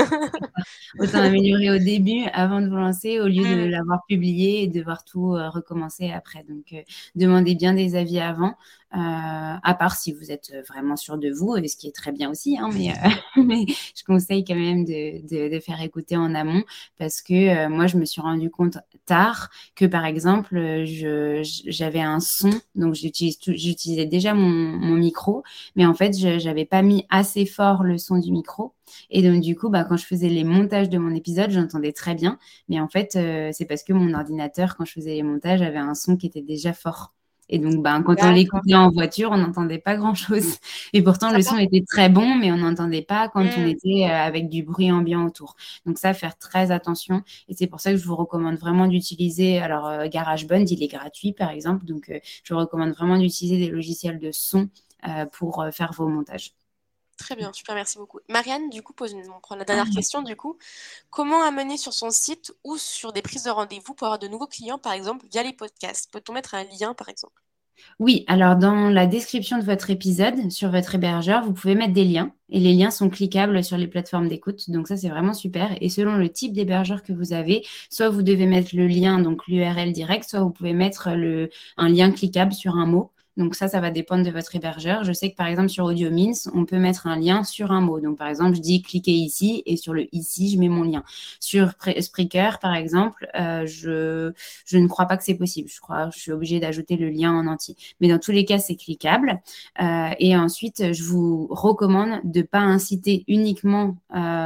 Autant l'améliorer au début avant de vous lancer au lieu mmh. de l'avoir publié et de devoir tout euh, recommencer après. Donc, euh, demandez bien des avis avant, euh, à part si vous êtes vraiment sûr de vous, et ce qui est très bien aussi, hein, mais, euh, mais je conseille quand même de, de, de faire écouter en amont parce que euh, moi, je me suis rendu compte tard que, par exemple, je, j'avais un son, donc j'utilise tout, j'utilisais déjà mon, mon micro, mais en fait, je n'avais pas mis assez fort le son du micro. Et donc, du coup, bah, quand je faisais les montages de mon épisode, j'entendais très bien. Mais en fait, euh, c'est parce que mon ordinateur, quand je faisais les montages, avait un son qui était déjà fort. Et donc, bah, quand D'accord. on l'écoutait en voiture, on n'entendait pas grand-chose. Et pourtant, ça le son va. était très bon, mais on n'entendait pas quand mmh. on était euh, avec du bruit ambiant autour. Donc ça, faire très attention. Et c'est pour ça que je vous recommande vraiment d'utiliser... Alors, euh, GarageBand, il est gratuit, par exemple. Donc, euh, je vous recommande vraiment d'utiliser des logiciels de son euh, pour euh, faire vos montages. Très bien, super, merci beaucoup. Marianne, du coup, pose une... on prend la dernière ah. question, du coup. Comment amener sur son site ou sur des prises de rendez-vous pour avoir de nouveaux clients, par exemple, via les podcasts ? Peut-on mettre un lien, par exemple ? Oui, alors dans la description de votre épisode, sur votre hébergeur, vous pouvez mettre des liens. Et les liens sont cliquables sur les plateformes d'écoute. Donc ça, c'est vraiment super. Et selon le type d'hébergeur que vous avez, soit vous devez mettre le lien, donc l'U R L direct, soit vous pouvez mettre le... un lien cliquable sur un mot. Donc ça, ça va dépendre de votre hébergeur. Je sais que par exemple sur AudioMins, on peut mettre un lien sur un mot. Donc par exemple, je dis cliquez ici et sur le ici, je mets mon lien. Sur Spreaker, par exemple, euh, je, je ne crois pas que c'est possible. Je crois que je suis obligée d'ajouter le lien en entier. Mais dans tous les cas, c'est cliquable. Euh, et ensuite, je vous recommande de ne pas inciter uniquement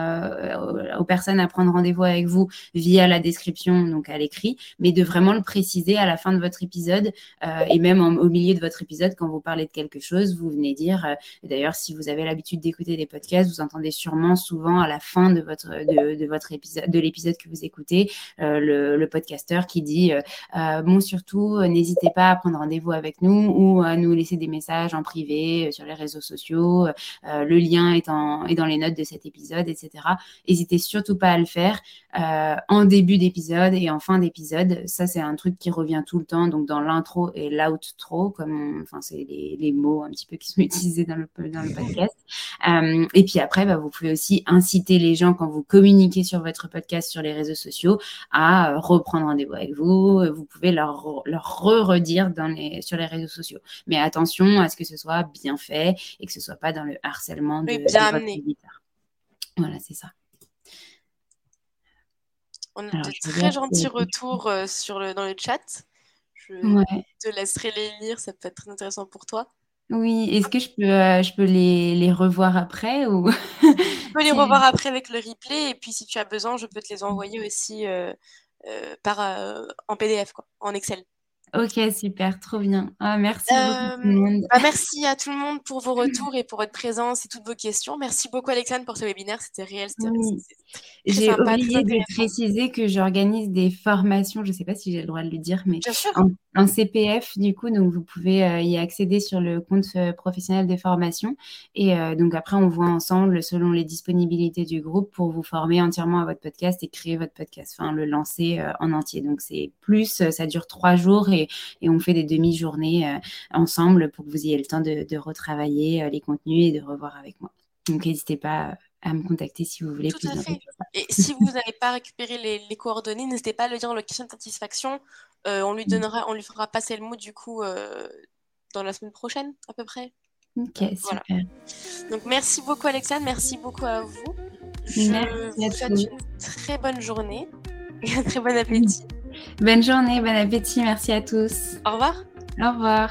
euh, aux personnes à prendre rendez-vous avec vous via la description, donc à l'écrit, mais de vraiment le préciser à la fin de votre épisode euh, et même en, au milieu de votre épisode, quand vous parlez de quelque chose, vous venez dire, euh, d'ailleurs, si vous avez l'habitude d'écouter des podcasts, vous entendez sûrement souvent à la fin de votre, de, de votre épisode, de l'épisode que vous écoutez, euh, le, le podcasteur qui dit, euh, euh, bon, surtout, euh, n'hésitez pas à prendre rendez-vous avec nous ou à nous laisser des messages en privé euh, sur les réseaux sociaux, euh, le lien est, en, est dans les notes de cet épisode, et cetera. N'hésitez surtout pas à le faire euh, en début d'épisode et en fin d'épisode. Ça, c'est un truc qui revient tout le temps, donc dans l'intro et l'outro, comme Enfin, c'est les, les mots un petit peu qui sont utilisés dans le, dans le podcast. Euh, et puis après, bah, vous pouvez aussi inciter les gens, quand vous communiquez sur votre podcast sur les réseaux sociaux, à euh, reprendre rendez-vous avec vous. Vous pouvez leur, leur re-redire dans les, sur les réseaux sociaux. Mais attention à ce que ce soit bien fait et que ce ne soit pas dans le harcèlement de, oui, de bien votre éditeur. Voilà, c'est ça. On a Alors, de très gentils retours euh, sur le, dans le chat. Je ouais. te laisserai les lire, ça peut être très intéressant pour toi. Oui, est-ce que je peux, heu, je peux les les revoir après ou Tu peux les c'est revoir après avec le replay et puis si tu as besoin, je peux te les envoyer aussi, heu heu, par, heu, en P D F quoi, en Excel. OK, super, trop bien. Ah merci beaucoup tout le Hem, monde. bah, merci à tout le monde pour vos retours et pour votre présence et toutes vos questions. Merci beaucoup Alexandre pour ce webinaire, c'était réel, c'était Oui. c'était très J'ai sympa, très oublié de intéressant. préciser que j'organise des formations, je sais pas si j'ai le droit de le dire, mais Bien sûr. en en C P F du coup, donc vous pouvez, heu, y accéder sur le compte, heu, professionnel des formations et heu, donc après on voit ensemble selon les disponibilités du groupe pour vous former entièrement à votre podcast et créer votre podcast, enfin le lancer, heu, en entier. Donc c'est plus, heu, ça dure trois jours et et on fait des demi-journées, heu, ensemble pour que vous ayez le temps de de retravailler, heu, les contenus et de revoir avec moi. Donc n'hésitez pas, heu, à me contacter si vous voulez Tout plus à d'infos fait sur ça. et si vous n'avez pas récupéré les les coordonnées, n'hésitez pas à le dire dans le question de satisfaction, heu, on lui Mmh. donnera on lui fera passer le mot du coup, heu, dans la semaine prochaine à peu près. OK, Heu, voilà. super. Donc merci beaucoup Alexandre, merci beaucoup à vous. Je Merci à vous souhaite tous. une très bonne journée et un très bon appétit. Bonne journée, bon appétit, merci à tous. Au revoir. Au revoir.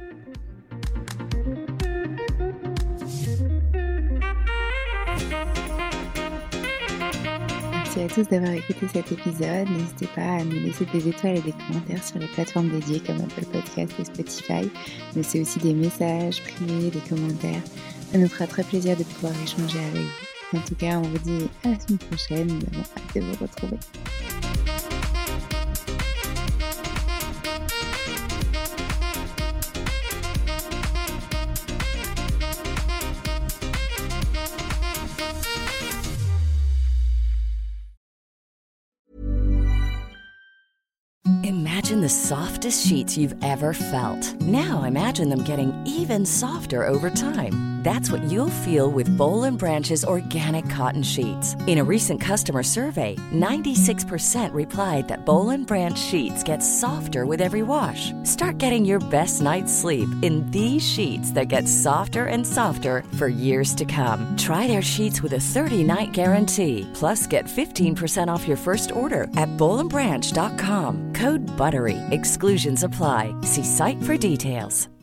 Merci à tous d'avoir écouté cet épisode. N'hésitez pas à nous laisser des étoiles et des commentaires sur les plateformes dédiées comme Apple Podcast et Spotify, mais c'est aussi des messages privés, des commentaires. Ça nous fera très plaisir de pouvoir échanger avec vous. En tout cas, on vous dit à la semaine prochaine. Nous avons hâte de vous retrouver. Imagine the softest sheets you've ever felt. Now imagine them getting even softer over time. That's what you'll feel with Boll and Branch's organic cotton sheets. In a recent customer survey, ninety-six percent replied that Boll and Branch sheets get softer with every wash. Start getting your best night's sleep in these sheets that get softer and softer for years to come. Try their sheets with a thirty-night guarantee. Plus, get fifteen percent off your first order at boll and branch dot com. Code BUTTERY. Exclusions apply. See site for details.